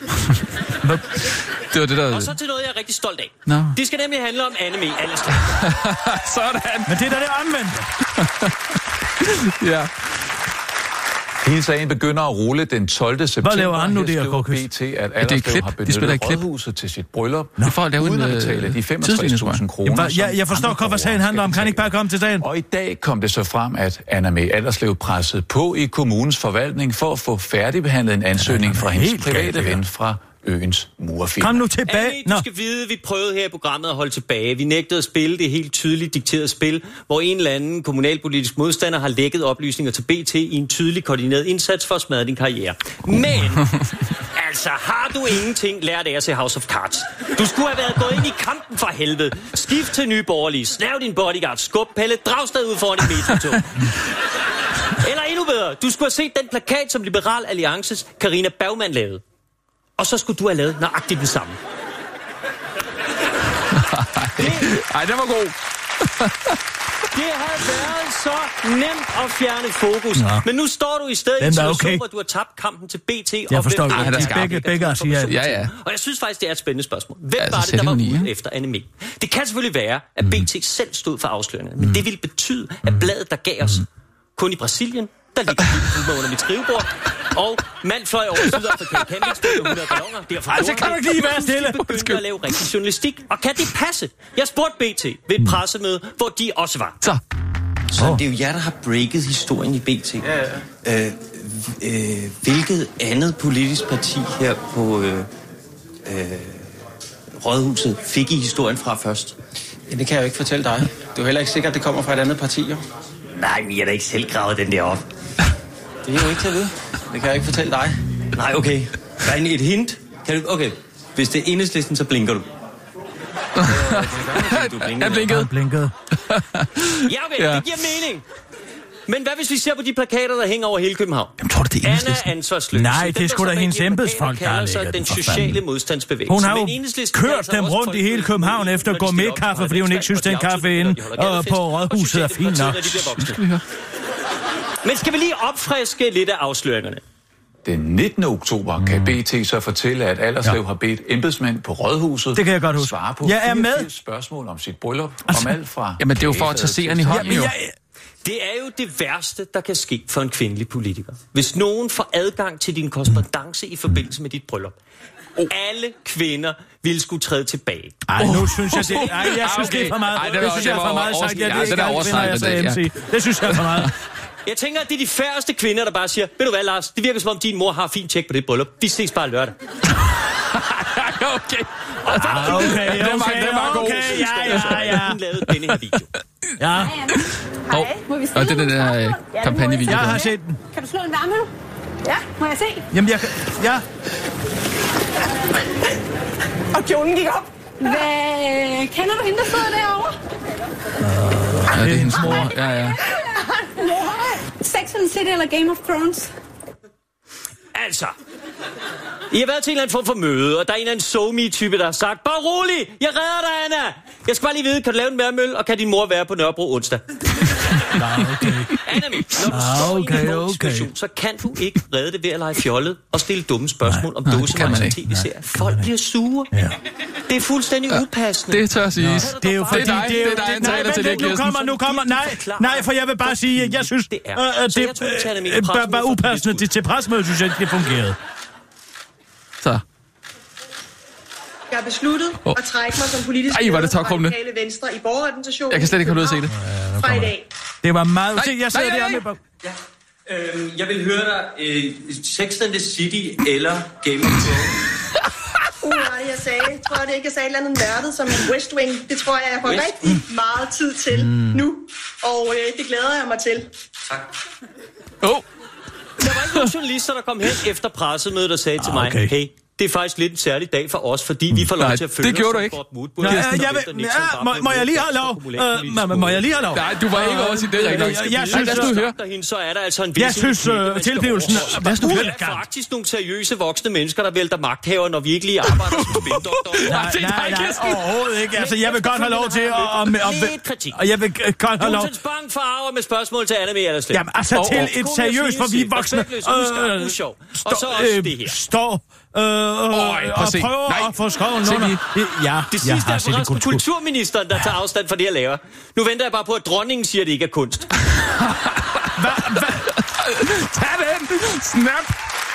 Det var det, der... Og så til noget, jeg er rigtig stolt af. No. Det skal nemlig handle om anime. Sådan. Men det er da det omvendt. Ja. Hele sagen begynder at rulle den 12. september. Hvad laver han nu der, Korkus? BT, at Allerslev har benyttet rådhuset til sit bryllup, uden at betale de 65.000 kroner. Jeg forstår godt, hvad sagen handler om. Kan ikke bare komme til sagen? Og i dag kom det så frem, at Anna May Allerslev pressede på i kommunens forvaltning for at få færdigbehandlet en ansøgning fra hendes private ven fra øens murerfilm. Kom nu tilbage. Anne, du skal vide, at vi prøvede her i programmet at holde tilbage. Vi nægtede at spille det helt tydeligt dikteret spil, hvor en eller anden kommunalpolitisk modstander har lækket oplysninger til BT i en tydelig koordineret indsats for at smadre din karriere. Men, altså, har du ingenting lært af at se House of Cards? Du skulle have været gået ind i kampen for helvede. Skift til Nye Borgerlige. Snav din bodyguard. Skub Pelle Dragsted ud foran et metrotog. Eller endnu bedre, du skulle have set den plakat, som Liberal Alliances Carina Bergmann lavede. Og så skulle du have lavet nøjagtigt det samme. Ej, det var god. Det har været så nemt at fjerne fokus. Ja. Men nu står du i stedet i en situation, hvor du har tabt kampen til BT. Jeg forstår ikke. Begge siger ja. Og jeg synes faktisk, det er et spændende spørgsmål. Hvem var det, der var ude efter anime? Det kan selvfølgelig være, at BT selv stod for afsløringerne. Men det ville betyde, at bladet, der gav os kun i Brasilien, der ligger filmer under mit skrivebord, og mand fløj over Sydafrika i campingstød med 100 balloner. Altså, kan du ikke lige være stille? Begyndte at lave rigtig journalistik. Og kan det passe? Jeg spurgte BT ved et pressemøde, hvor de også var. Så det er jo jer, der har breaket historien i BT. Ja. Hvilket andet politisk parti her på Rådhuset fik I historien fra først? Ja, det kan jeg jo ikke fortælle dig. Det er jo heller ikke sikkert, at det kommer fra et andet parti, jo. Nej, men jeg har da ikke selv gravet den der op. Det er jo ikke til at vide. Det kan jeg ikke fortælle dig. Nej, okay. Der er et hint. Kan du... Okay. Hvis det er Enhedslisten, så blinker du. Han blinkede. Ja, okay. Det giver mening. Men hvad hvis vi ser på de plakater, der hænger over hele København? Jamen, tror du, det er Enhedslisten? Anna Ansvarsløs. Nej, det er sgu da hendes embedsfolk, der ligger den sociale modstandsbevægelse. Hun har jo kørt dem rundt i hele København efter gourmet-kaffe, fordi hun ikke synes, den kaffe inde på Rådhuset er fint nok. Men skal vi lige opfriske lidt af afsløringerne? Den 19. oktober kan BT så fortælle, at Allerslev har bedt embedsmænd på Rådhuset det kan jeg godt huske. Svare på 84 spørgsmål om sit bryllup, om alt fra... Jamen, det er jo for at tage seeren i hånden, jo. Det er jo det værste, der kan ske for en kvindelig politiker. Hvis nogen får adgang til din korrespondance i forbindelse med dit bryllup. Alle kvinder ville skulle træde tilbage. Ej, nu synes jeg, jeg synes, det er for meget. Det synes jeg er for meget sagt. Det synes jeg er for meget. Jeg tænker, at det er de færreste kvinder, der bare siger, ved du hvad, Lars, det virker som om din mor har fint tjek på det bryllup. Vi ses bare lørdag. Okay. Ja. Hun lavede denne her video. Ja. Hej, må vi se og det er den der kampagnevideo. Jeg har set den. Kan du slå en varme nu? Ja, må jeg se? Jamen, jeg kan... Ja. Og kjolen gik op. Hvad... Kender du hende, der sidder derovre? Ja, det er hendes mor. Ja. Sex and the City eller Game of Thrones? Altså, I har været til en eller anden form for møde, og der er en eller anden SoMe-type, der har sagt, bare rolig, jeg redder dig, Anna. Jeg skal bare lige vide, kan du lave en værmøl, og kan din mor være på Nørrebro onsdag? Okay. Anna, når du står i en situation, så kan du ikke redde det ved at lege fjollet og stille dumme spørgsmål om dåsemejs og tv-serier. Folk bliver sure. Ja. Det er fuldstændig upassende. Det tør siges. Det er jo fordi, det er dig, taler til det, Kirsten. Nu kommer, nej, for jeg vil bare sige, at jeg synes, det var upassende. Det til pressemødet, synes jeg, det fungerede. Så. Jeg har besluttet at trække mig som politisk leder fra Radikale Venstre i borgerrepræsentationen. Jeg kan slet ikke holde ud at se det. Fra i dag. Det var meget... Jeg sidder der med... Jeg vil høre dig Sex and the City eller Game of Thrones. Jeg tror det ikke, jeg sagde et eller andet nørdet som en West Wing. Det tror jeg får rigtig meget tid til nu. Og det glæder jeg mig til. Tak. Nå, der var ikke nogen journalister, der kom hen efter pressemødet og sagde til mig, hey, det er faktisk lidt en særlig dag for os, fordi vi får lov til at føle det gjorde du ikke. Må jeg lige have lov? Må jeg lige have lov? Nej, du var ikke også i det rigtigt. Jeg synes, så er der altså en jeg synes, tilblivelsen er faktisk nogle seriøse voksne mennesker, der vælter magthaver, når vi ikke lige arbejder som spindoktor. Nej, overhovedet ikke. Altså, jeg vil godt have lov til at... Lidt kritik. Og jeg vil godt have lov... Jonsens Bang farver med spørgsmål til Anna-Mie Allerslev. Jamen, altså til et seriøst, for vi er voksne... Og så også det her. Står... og prøver at få skoven under. Det sidste er forresten kulturministeren, der tager afstand fra det, jeg laver. Nu venter jeg bare på, at dronningen siger, at det ikke er kunst. Tag den! Snap!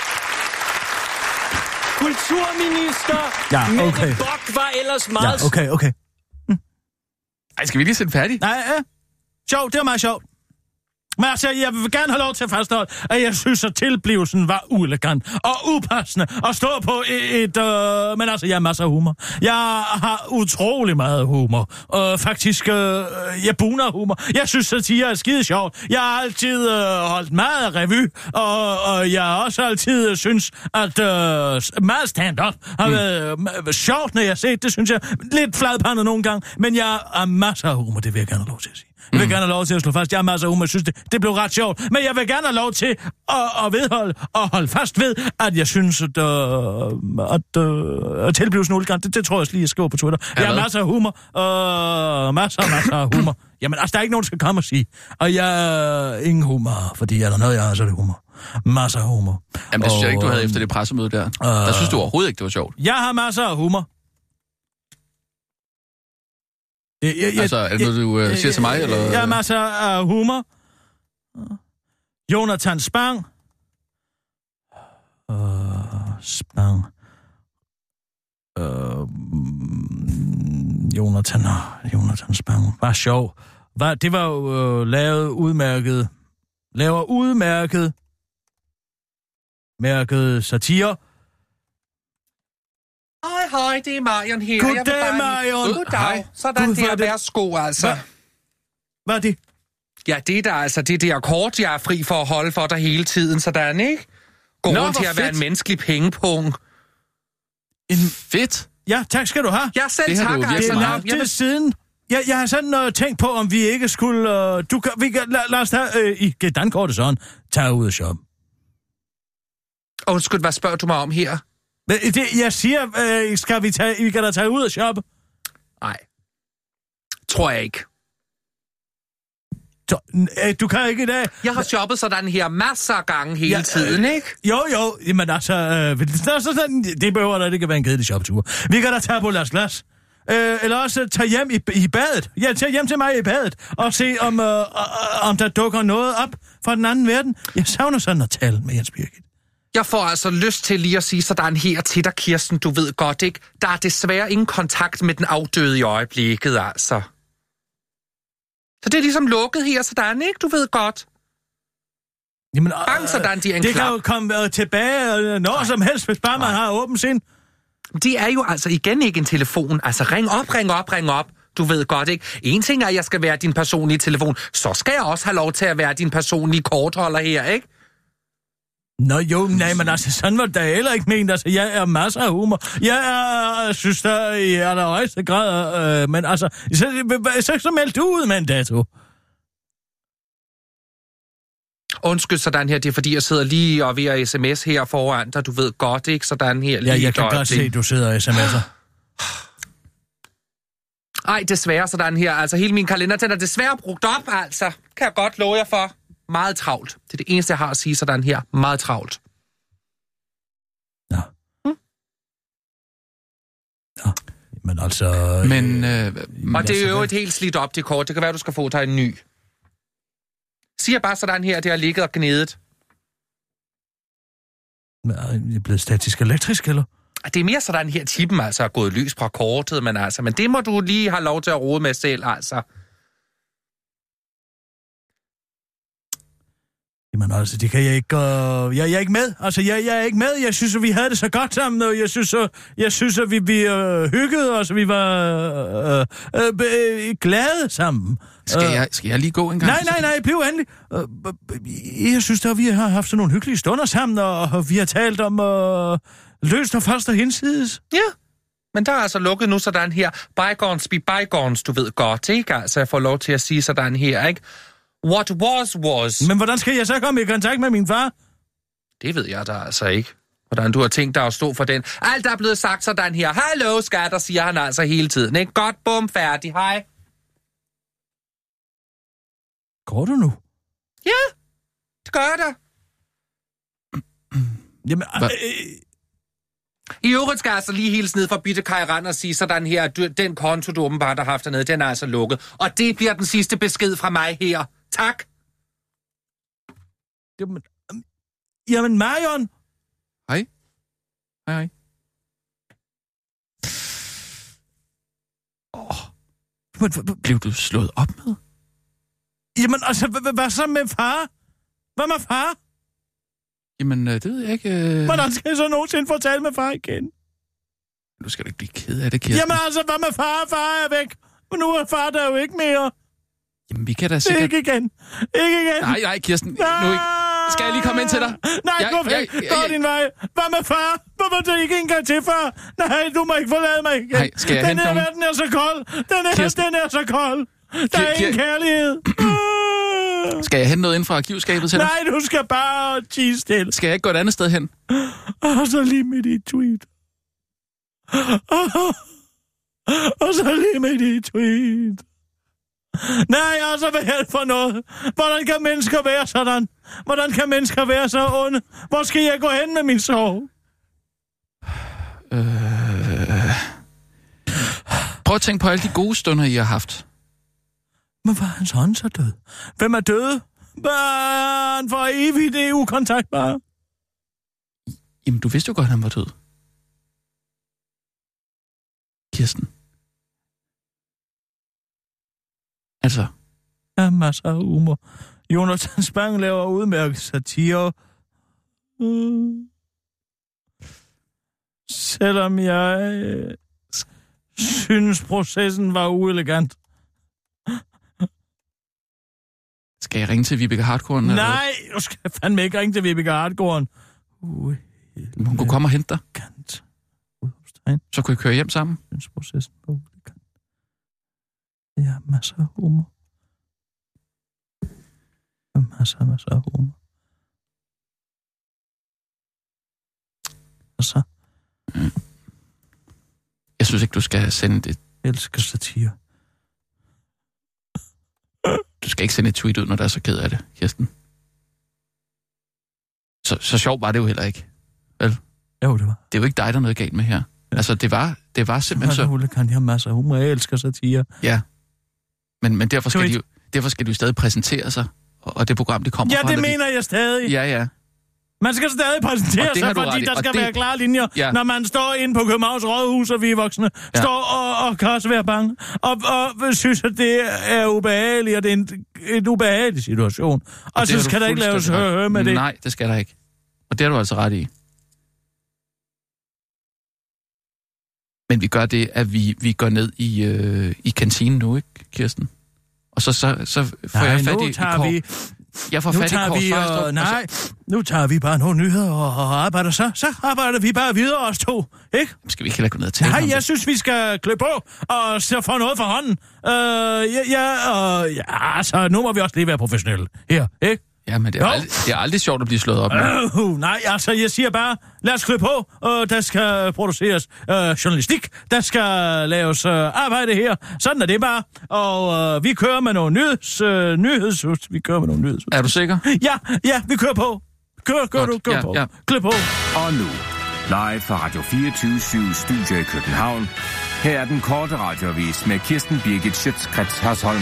Kulturminister Mette Bock var ellers meget... Ja, okay. Ej, skal vi lige sætte færdig? Nej, sjovt, det var meget sjovt. Men altså, jeg vil gerne have lov til at fastholde, at jeg synes, at tilblivelsen var uelegant og upassende at stå på men altså, jeg har masser af humor. Jeg har utrolig meget humor. Faktisk, jeg buner humor. Jeg synes, satire er skide sjovt. Jeg har altid holdt meget af revy, og jeg har også altid synes, at meget stand-up har været sjovt, når jeg har set det, synes jeg. Lidt fladpandet nogle gange, men jeg har masser af humor, det vil jeg gerne have lov til at sige. Jeg vil gerne have lov til at slå fast. Jeg har masser af humor, jeg synes, det blev ret sjovt. Men jeg vil gerne have lov til at vedholde og holde fast ved, at jeg synes, at tilblivelsen uelegant, det tror jeg lige, jeg skriver på Twitter. Jeg har masser af humor. Masser af humor. Jamen, altså, der er ikke nogen, der skal komme og sige. Og jeg har ingen humor, fordi er der noget, jeg har, så er det humor. Masser af humor. Jamen, det synes jeg ikke, du havde efter det pressemøde der. Der synes du overhovedet ikke, det var sjovt. Jeg har masser af humor. Altså, er det noget, du siger til mig, eller? Jeg har masser af humor. Jonathan Spang. Jonathan Spang. Var sjov. Det var jo lavet udmærket satire. Hej, det er Marion her. Goddag, Marion. Goddag. Sådan der, værsgo, altså. Hvad er det? Ja, det er der altså det der kort, jeg er fri for at holde for dig hele tiden, sådan, ikke? Gå rundt til at være en menneskelig pengepung. Fedt. Ja, tak skal du have. Ja, selv tak, altså. Det er langt til siden. Jeg har sådan tænkt på, om vi ikke skulle... lad os tage i dankortet sådan. Tage ud og shoppe. Undskyld, hvad spørger du mig om her? Jeg siger, vi kan da tage ud og shoppe? Nej. Tror jeg ikke. Du kan ikke i dag. Jeg har shoppet sådan her masser af gange hele tiden, ikke? Jo, men altså, det behøver da ikke være en kedelig shoptur. Vi kan da tage på Las Glas. Eller også tage hjem i badet. Ja, tage hjem til mig i badet. Og se, om der dukker noget op fra den anden verden. Jeg savner sådan at tale med Jens Birgit. Jeg får altså lyst til lige at sige sådan her til dig, Kirsten, du ved godt, ikke? Der er desværre ingen kontakt med den afdøde i øjeblikket, altså. Så det er ligesom lukket her, sådan, ikke? Du ved godt. Jamen, bang, sådan, de er en det klap. kan jo komme tilbage når som helst, hvis bare man har åbent sind. Det er jo altså igen ikke en telefon. Altså, ring op. Du ved godt, ikke? En ting er, at jeg skal være din personlige telefon. Så skal jeg også have lov til at være din personlige kortholder her, ikke? Nej, men altså, sådan var det heller ikke ment. Altså, jeg er masser af humor. Jeg synes, der er i allerhøjeste grad, men altså, så meld du ud med en dato. Undskyld, sådan her, det er fordi, jeg sidder lige og ved at sms her foran dig. Du ved godt, ikke? Sådan her lige. Ja, jeg kan godt se, du sidder og sms'er. Ej, desværre sådan her. Altså, hele min kalender, den er desværre brugt op, altså. Kan jeg godt love jer for. Meget travlt. Det er det eneste, jeg har at sige sådan her. Meget travlt. Ja. Ja, men altså... og det er jo et helt slidt op, det kort. Det kan være, du skal få dig en ny. Siger bare sådan her, det har ligget og gnedet. Er det blevet statisk elektrisk, eller? Det er mere sådan her, chippen altså er gået løs fra kortet, men det må du lige have lov til at rode med selv, altså. Jamen altså, det kan jeg ikke... Jeg er ikke med. Altså, jeg er ikke med. Jeg synes, at vi havde det så godt sammen, og jeg synes at vi hyggede os, og vi var glade sammen. Skal jeg lige gå en gang? Nej, bliv endelig. Jeg synes at vi har haft sådan nogle hyggelige stunder sammen, og vi har talt om løst og først og hinsides. Ja, men der er altså lukket nu sådan her. Bygones be bygones, du ved godt, ikke? Altså, jeg får lov til at sige sådan her, ikke? What was. Men hvordan skal jeg så komme i kontakt med min far? Det ved jeg da altså ikke. Hvordan du har tænkt dig at stå for den. Alt er blevet sagt sådan her. Hallo, skatter, siger han altså hele tiden, ikke? Godt, bum, færdig, hej. Går du nu? Ja, det gør jeg da. Jamen, I øvrigt skal jeg altså lige hilse ned fra Bitte Kaj Rand og sige sådan her, at den konto, du åbenbart har haft dernede, den er altså lukket. Og det bliver den sidste besked fra mig her. Tak. Jamen Marion. Hej. Hej. Blev du slået op med? Jamen altså, hvad så med far? Hvad med far? Jamen, det ved jeg ikke. Hvordan skal jeg så nogensinde få talt med far igen? Nu skal du ikke blive ked af det, Kirsten. Jamen altså, hvad med far? Far er væk. Men nu er far der jo ikke mere. Jamen, vi kan da sikkert... Ikke igen. Nej, Kirsten. Nu ikke. Skal jeg lige komme ind til dig? Nej, gå væk. Gå din vej. Hvad med far? Hvorfor du ikke engang til, far? Nej, du må ikke forlade mig igen. Nej, skal jeg hente nogen? Den her verden er så kold. Den er så kold. Der er ingen kærlighed. Skal jeg hente noget ind fra arkivskabet til dig? Nej, du skal bare tige stille. Skal jeg ikke gå et andet sted hen? Og så lige med dit tweet. Og så lige med dit tweet. Nej, altså, hvad er det for noget? Hvordan kan mennesker være sådan? Hvordan kan mennesker være så onde? Hvor skal jeg gå hen med min sorg? Prøv at tænke på alle de gode stunder, I har haft. Men var hans hånd så død? Hvem er død? Han får evigt EU-kontakt bare. Jamen, du vidste jo godt, at han var død. Kirsten. Altså. Ja, masser af humor. Jonathan Spang laver udmærket satire. Selvom jeg synes, processen var uelegant. Skal jeg ringe til Vibeke Hartkorn? Nej, du skal fandme ikke ringe til Vibeke Hartkorn. Hun kunne komme og hente dig. Så kunne I køre hjem sammen. Synes processen var uelegant. Ja, masser af humor. Masser af humor. Og så? Jeg synes ikke, du skal sende det. Jeg elsker satire. Du skal ikke sende et tweet ud, når der er så ked af det, Kirsten. Så sjovt var det jo heller ikke. Vel? Jo, det var. Det er jo ikke dig, der er noget galt med her. Ja. Altså, det var simpelthen så... Jeg har masser af humor. Jeg elsker satire. Ja. Men derfor skal de jo stadig præsentere sig. Og det program, det kommer fra... Ja, det mener jeg stadig. Ja. Man skal stadig præsentere sig, fordi der skal være klare linjer, når man står inde på Københavns Rådhus, og vi voksne står og kan også være bange, og synes, at det er ubehageligt, og det er en ubehagelig situation. Og så skal der ikke laves høre med det. Nej, det skal der ikke. Og det har du altså ret i. Men vi gør det, at vi går ned i kantinen nu, ikke, Kirsten? Og så får jeg fat i Kåre. Jeg får fat i Kåre Svarstrup. Nej, nu tager vi bare nogle nyheder og arbejder så arbejder vi bare videre os to, ikke? Skal vi ikke heller gå ned og tale om det? Jeg synes, vi skal klø på og så få noget for hånden. Så nu må vi også lige være professionelle her, ikke? Ja, men det er aldrig sjovt at blive slået op med. Nej, altså, jeg siger bare, lad os klø på. Der skal produceres journalistik. Der skal laves arbejde her. Sådan er det bare. Og vi kører med nogle nyhedshus. Er du sikker? Ja, vi kører på. Kør på. Ja. Klø på. Og nu, live fra Radio 24/7 Studio i København. Her er den korte radioavis med Kirsten Birgit Schøtz-Krets Hørsholm.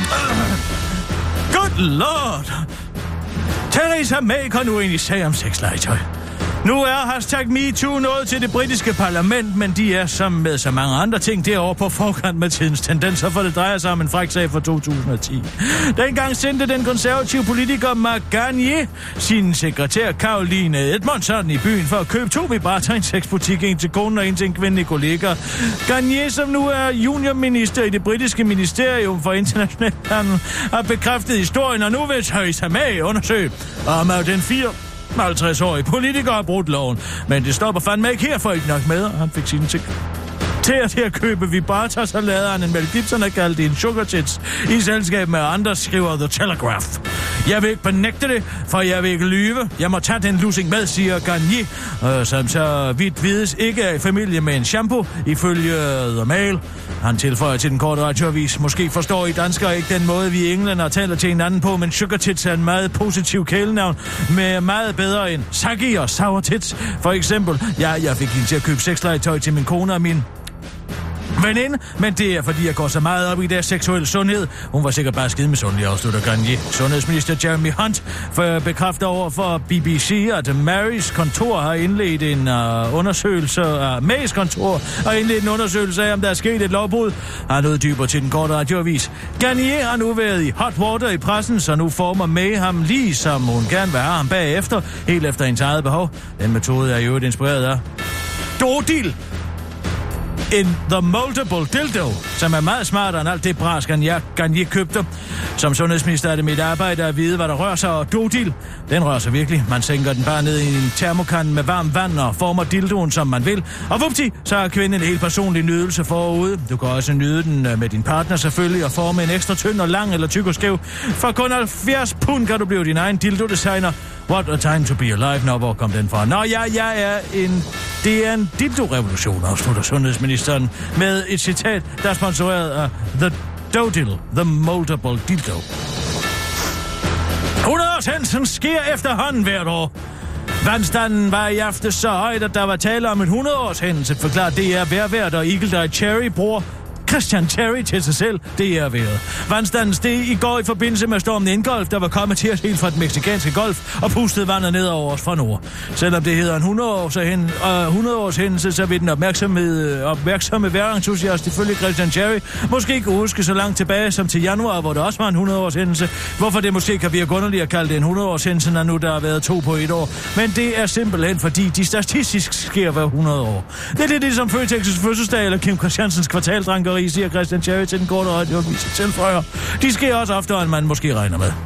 Good Lord! Theresa May går nu ind i sag om sexlegetøj. Nu er #MeToo nået til det britiske parlament, men de er sammen med så mange andre ting derovre på forkant med tidens tendenser, for det drejer sig om en fræk sag fra 2010. Dengang sendte den konservative politiker Mark Garnier sin sekretær Caroline Edmondson i byen for at købe 2 vibrator i en sexbutik, en til konen og en til en kvindelig kollega. Garnier, som nu er juniorminister i det britiske ministerium for international handel, har bekræftet historien, og nu vil Theresa May undersøge, om den 54-årige politiker har brudt loven. Men det stopper fandme ikke her, for ikke nok med, og han fik sine ting. Til at købe vibrator, så lavede han en Mel Gibson og kaldte det en sugar tits i selskab med andre, skriver The Telegraph. Jeg vil ikke benægte det, for jeg vil ikke lyve. Jeg må tage den lussing med, siger Garnier, som så vidt vides ikke er i familie med en shampoo, ifølge The Mail. Han tilføjer til den korte radioavis: måske forstår I danskere ikke den måde, vi i England taler til hinanden på, men sugar tits er en meget positiv kælenavn med meget bedre end saggi og sour tits. For eksempel, jeg fik hende til at købe sexlegetøj til min kone og min veninde, men det er fordi, jeg går så meget op i deres seksuelle sundhed. Hun var sikkert bare skide misundelig, afslutter Garnier. Sundhedsminister Jeremy Hunt bekræfter over for BBC, at Marys kontor har indledt en undersøgelse af Mays kontor har indledt en undersøgelse af, om der er sket et lovbrud. Han uddyber til den korte radioavis. Garnier har nu været i hot water i pressen, så nu former May ham lige som hun gerne vil have ham bagefter, helt efter hendes eget behov. Den metode er jo inspireret af Dodil, en The Moldable Dildo, som er meget smartere end alt det bras, Garnier købte. Som sundhedsminister er det mit arbejde at vide, hvad der rører sig, og Dodil, den rører sig virkelig. Man sænker den bare ned i en termokan med varmt vand og former dildoen, som man vil. Og vupti, så har kvinden en helt personlig nydelse forude. Du kan også nyde den med din partner selvfølgelig, og forme en ekstra tynd og lang eller tyk og skæv. For kun 70 pund kan du blive din egen dildo-designer. What a time to be alive. Nå, hvor kom den fra? Nå, det er en dildo-revolution, afslutter sundhedsministeren med et citat, der er sponsoreret af The Dodil, The Moldable Dildo. 100-årshændelsen sker efterhånden hvert år. Vandstanden var i aften så højt, at der var tale om en 100-årshændelse, forklarer DR Vejrvært og Eagle Eye Cherry bror Christian Cherry til sig selv. Det er vejret. Vandstanden steg i går i forbindelse med stormen Ingolf, der var kommet til os helt fra den mexikanske golf og pustede vandet ned over os fra nord. Selvom det hedder en 100-års hændelse, så vil den opmærksomme vejrentusiast ifølge Christian Cherry måske ikke huske så langt tilbage som til januar, hvor der også var en 100-års hændelse. Hvorfor det måske kan virke underligt at kalde det en 100-års hændelse, når nu der har været 2 på et år. Men det er simpelthen fordi, de statistisk sker hver 100 år. Det er det som Føtex's fødselsdag eller Kim Christiansens kvartaldrankeri, siger Christian Cherry til den korte radioavis tilføjer. De sker også oftere, end man måske regner med.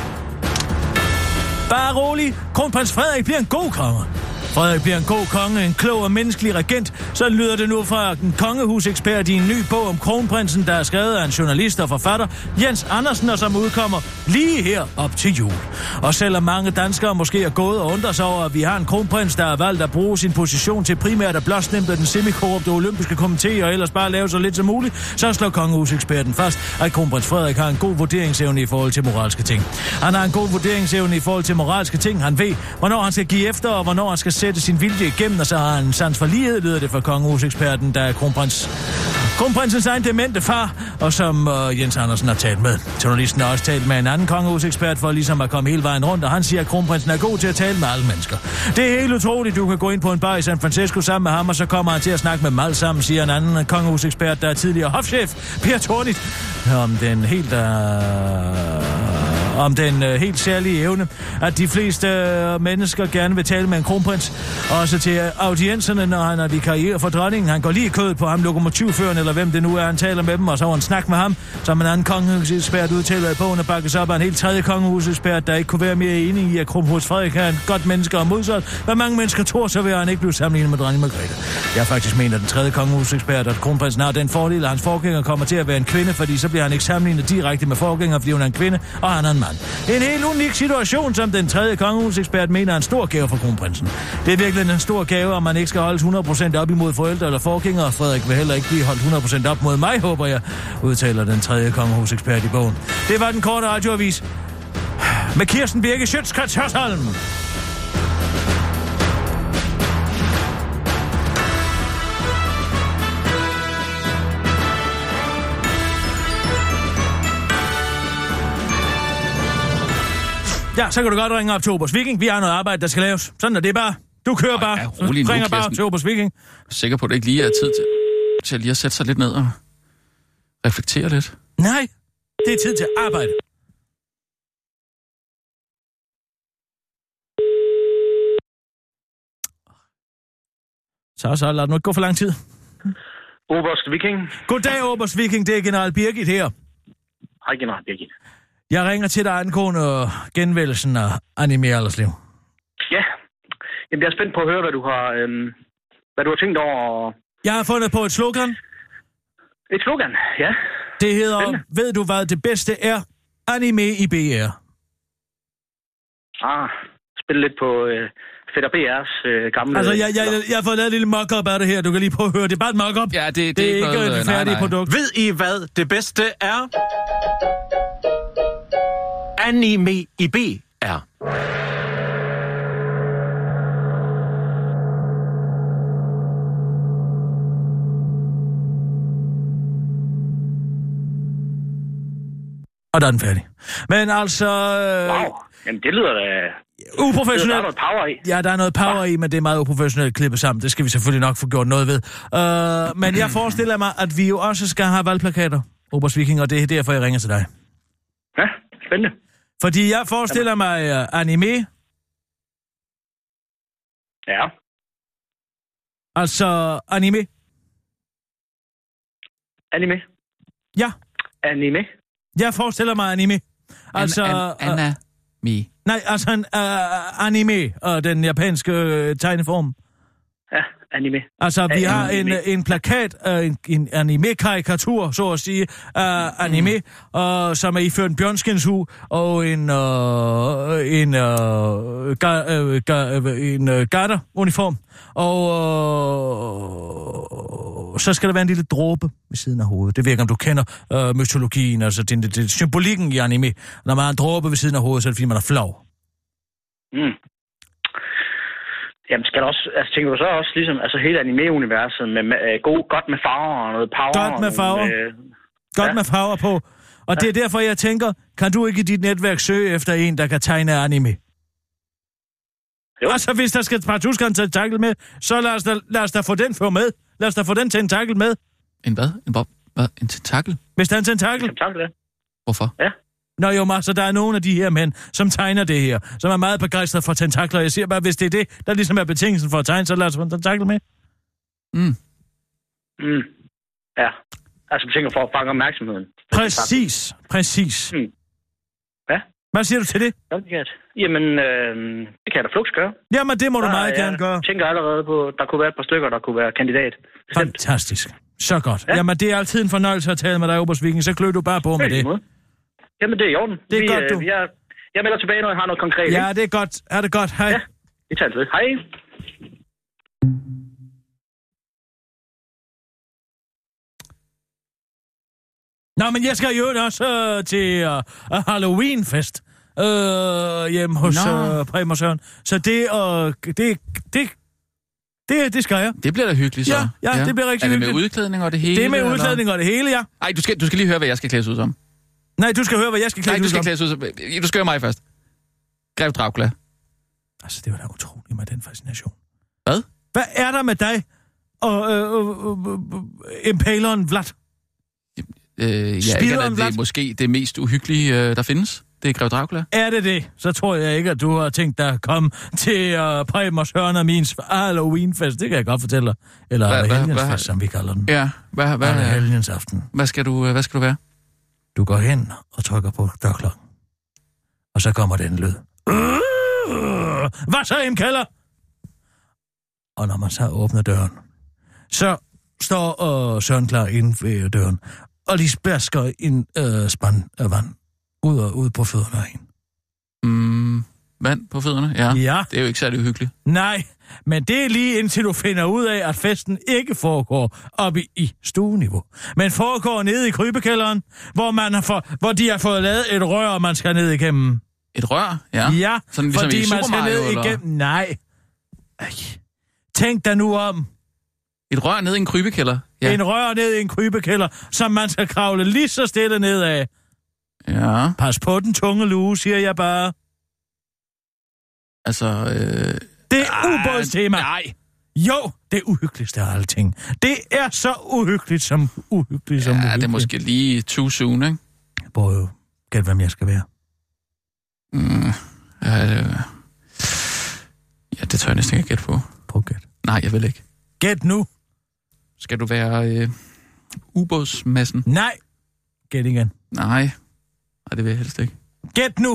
Bare rolig. Kronprins Frederik bliver en god konge. Frederik bliver en god konge, en klog og menneskelig regent. Så lyder det nu fra en kongehusekspert i en ny bog om kronprinsen, der er skrevet af en journalist og forfatter, Jens Andersen, og som udkommer lige her op til jul. Og selvom mange danskere måske er gået og undrer sig over, at vi har en kronprins, der har valgt at bruge sin position til primært at blåstemple den semikorrupte olympiske komité og ellers bare lave så lidt som muligt, så slår kongehuseksperten fast, at kronprins Frederik har en god vurderingsevne i forhold til moralske ting. Han har en god vurderingsevne i forhold til moralske ting. Han ved, hvornår han skal give efter, og hvornår han skal sætte sin vilje igennem, og så har han sans for lighed, lyder det fra kongehuseksperten, der er kronprinsens egen demente far, og som Jens Andersen har talt med. Journalisten har også talt med en anden kongehusekspert for ligesom at komme hele vejen rundt, og han siger, at kronprinsen er god til at tale med alle mennesker. Det er helt utroligt, du kan gå ind på en bar i San Francisco sammen med ham, og så kommer han til at snakke med dem alle sammen, siger en anden kongehusekspert, der er tidligere hofchef, Per Thornit, om den helt særlige evne, at de fleste mennesker gerne vil tale med en kronprins. Også til audienserne, når han er vikarier for dronningen. Han går lige i kødet på ham, lokomotivføren, eller hvem det nu er, han taler med dem, og så har han snak med ham, som en anden kongehusekspert udtaler i bogen og bakkes op af en helt tredje kongehusekspert, der ikke kunne være mere enig i, at kronprins Frederik er en godt menneske og modsat. Hvad mange mennesker tror, så vil han ikke blive sammenlignet med dronning Margrethe. Jeg faktisk mener, den tredje kongehusekspert, at kronprinsen har den fordel, at hans forgænger kommer til at være en kvinde, fordi så bliver han ikke sammenlignet direkte med forgænger, fordi hun er en kvinde, og han er en mand. En helt unik situation, som den tredje kongehusekspert mener er en stor gave for kronprinsen. Det er virkelig en stor gave, om man ikke skal holdes 100% op imod forældre eller forgængere. Frederik vil heller ikke blive holdt 100% op mod mig, håber jeg, udtaler den tredje kongehusekspert i bogen. Det var den korte radioavis med Kirsten Birgit Schøtz-Krets Hørsholm. Ja, så kan du godt ringe op til Obers Viking. Vi har noget arbejde, der skal laves. Sådan er det bare. Du kører bare. Ja, rolig nu, ringer bare til Obers Viking. Jeg er sikker på, at det ikke lige er tid til lige at sætte sig lidt ned og reflektere lidt. Nej, det er tid til arbejde. Så lad det nu ikke gå for lang tid. Oberst Viking. Goddag, Oberst Viking. Det er general Birgit her. Hej, general Birgit. Jeg ringer til dig angående genvælgelsen af Anime Allerslev. Ja. Jamen, jeg er spændt på at høre, hvad du har tænkt over. Jeg har fundet på et slogan. Et slogan, ja. Det hedder, spændende. Ved du hvad det bedste er? Anime i BR. Spil lidt på Fætter BR's gamle... Altså, jeg har fået lavet et lille mock-up af det her. Du kan lige prøve at høre. Det er bare et mock-up. Ja, det er ikke noget, et færdigt produkt. Ved I, hvad det bedste er? Anime i BR. Og der er den færdig. Men altså... Wow, jamen det lyder da... Uprofessionelt. Der er noget power i. Ja, der er noget power i, men det er meget uprofessionelt klippet sammen. Det skal vi selvfølgelig nok få gjort noget ved. Men jeg forestiller mig, at vi jo også skal have valgplakater, Oberst Viking, og det er derfor, jeg ringer til dig. Ja, spændende. Fordi jeg forestiller mig anime. Ja. Altså anime. Anime? Ja. Anime? Jeg forestiller mig anime. Altså... Anime. Nej, altså anime, den japanske tegneform. Ja, anime. Altså, vi har en plakat, en anime-karikatur, så at sige, anime, som er iført en bjørnskindshue og en garter-uniform. Og så skal der være en lille dråbe ved siden af hovedet. Det ved ikke, om du kender mytologien, altså det symbolikken i anime. Når man har en dråbe ved siden af hovedet, så er det fordi, man er flov. Mm. Jamen, skal der også, altså tænker du så også ligesom, altså hele anime-universet med godt med farver og noget power. Godt med farver. Godt med farver på. Og det er derfor, jeg tænker, kan du ikke i dit netværk søge efter en, der kan tegne anime? Jo. Altså, hvis der skal en tentakel med, så lad os da få den med. Lad os da få den tentakel med. En hvad? En tentakel? Hvis der er en tentakel? Hvorfor? Ja. Nå jo, så der er nogle af de her mænd, som tegner det her, som er meget begejstrede for tentakler. Jeg siger bare, hvis det er det, der ligesom er betingelsen for at tegne, så lad os få en tentakel med. Ja. Altså, du tænker for at fange opmærksomheden. Præcis. Ja. Hvad siger du til det? Jamen, det kan jeg da fluks gøre. Jamen, det må du meget gerne gøre. Jeg tænker allerede på, der kunne være et par stykker, der kunne være kandidat. Fantastisk. Så godt. Ja. Jamen, det er altid en fornøjelse at tale med dig, Oberst Viking. Så klør du bare på med det. Jamen, det er i orden. Det er godt, du. Jeg melder tilbage, når jeg har noget konkret. Ja, det er godt. Er det godt. Hej. Ja, vi tager det. Hej. Nå, men jeg skal jo også til Halloweenfest hjemme hos Preben og Søren. Så det skal jeg. Det bliver da hyggeligt, så. Ja, det bliver rigtig hyggeligt. Er det med udklædning og det hele? Det er med udklædning og det hele, ja. Ej, du skal lige høre, hvad jeg skal klædes ud som. Nej, du skal høre, hvad jeg skal klædes ud som. Nej, du skal klædes ud som. Du skal høre mig først. Grev Dracula. Altså, det var da utroligt med den fascination. Hvad? Hvad er der med dig og Impaleren Vlad? Ikke, det er måske det mest uhyggelige, der findes. Det er Grev Dracula. Er det? Så tror jeg ikke, at du har tænkt dig at komme til Preben og Søren og min Halloweenfest. Det kan jeg godt fortælle dig. Eller helgensfest, som vi kalder den. Ja, hvad helgensaften. Hvad skal du være? Du går hen og trykker på dørklokken. Og så kommer den lyd. Hvad så, Imkalder? Og når man så åbner døren, så står Søren klar inden ved døren, og de spærsker en spand af vand ud på fødderne af hende. Vand på fødderne? Ja. Det er jo ikke særlig uhyggeligt. Nej, men det er lige indtil du finder ud af, at festen ikke foregår oppe i stueniveau, men foregår nede i krybekælderen, hvor de har fået lavet et rør, man skal ned igennem. Et rør? Ja. Ja, sådan ligesom fordi i man skal ned igennem. Nej. Tænk dig nu om. Et rør ned i en krybekælder? Ja. En rør ned i en krybekælder, som man skal kravle lige så stille ned af. Ja. Pas på den tunge lue, siger jeg bare. Altså, Det er ubådstema. Nej. Jo, det uhyggeligste af alting. Det er så uhyggeligt som uhyggeligt. Ja, det er måske lige too soon, ikke? Prøv gæt, hvem jeg skal være. Ja, det tør jeg næsten ikke gætte på. Prøv gæt. Nej, jeg vil ikke. Gæt nu. Skal du være ubådsmassen? Nej. Gæt igen. Nej, det vil jeg helst ikke. Gæt nu.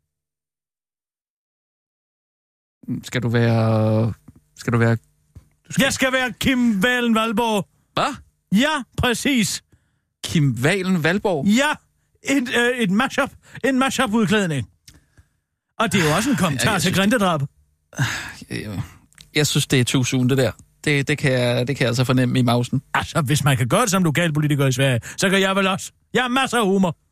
Skal du være... Jeg skal være Kim Valen Valborg. Hvad? Ja, præcis. Kim Valen Valborg? Ja, et mashup. En mashup-udklædning. Og det er jo også en kommentar til grindedrab. Jeg synes, det er too soon, det der. Det kan jeg altså fornemme i mausen. Altså, hvis man kan gøre det som lokalpolitiker i Sverige, så kan jeg vel også. Jeg har masser af humor.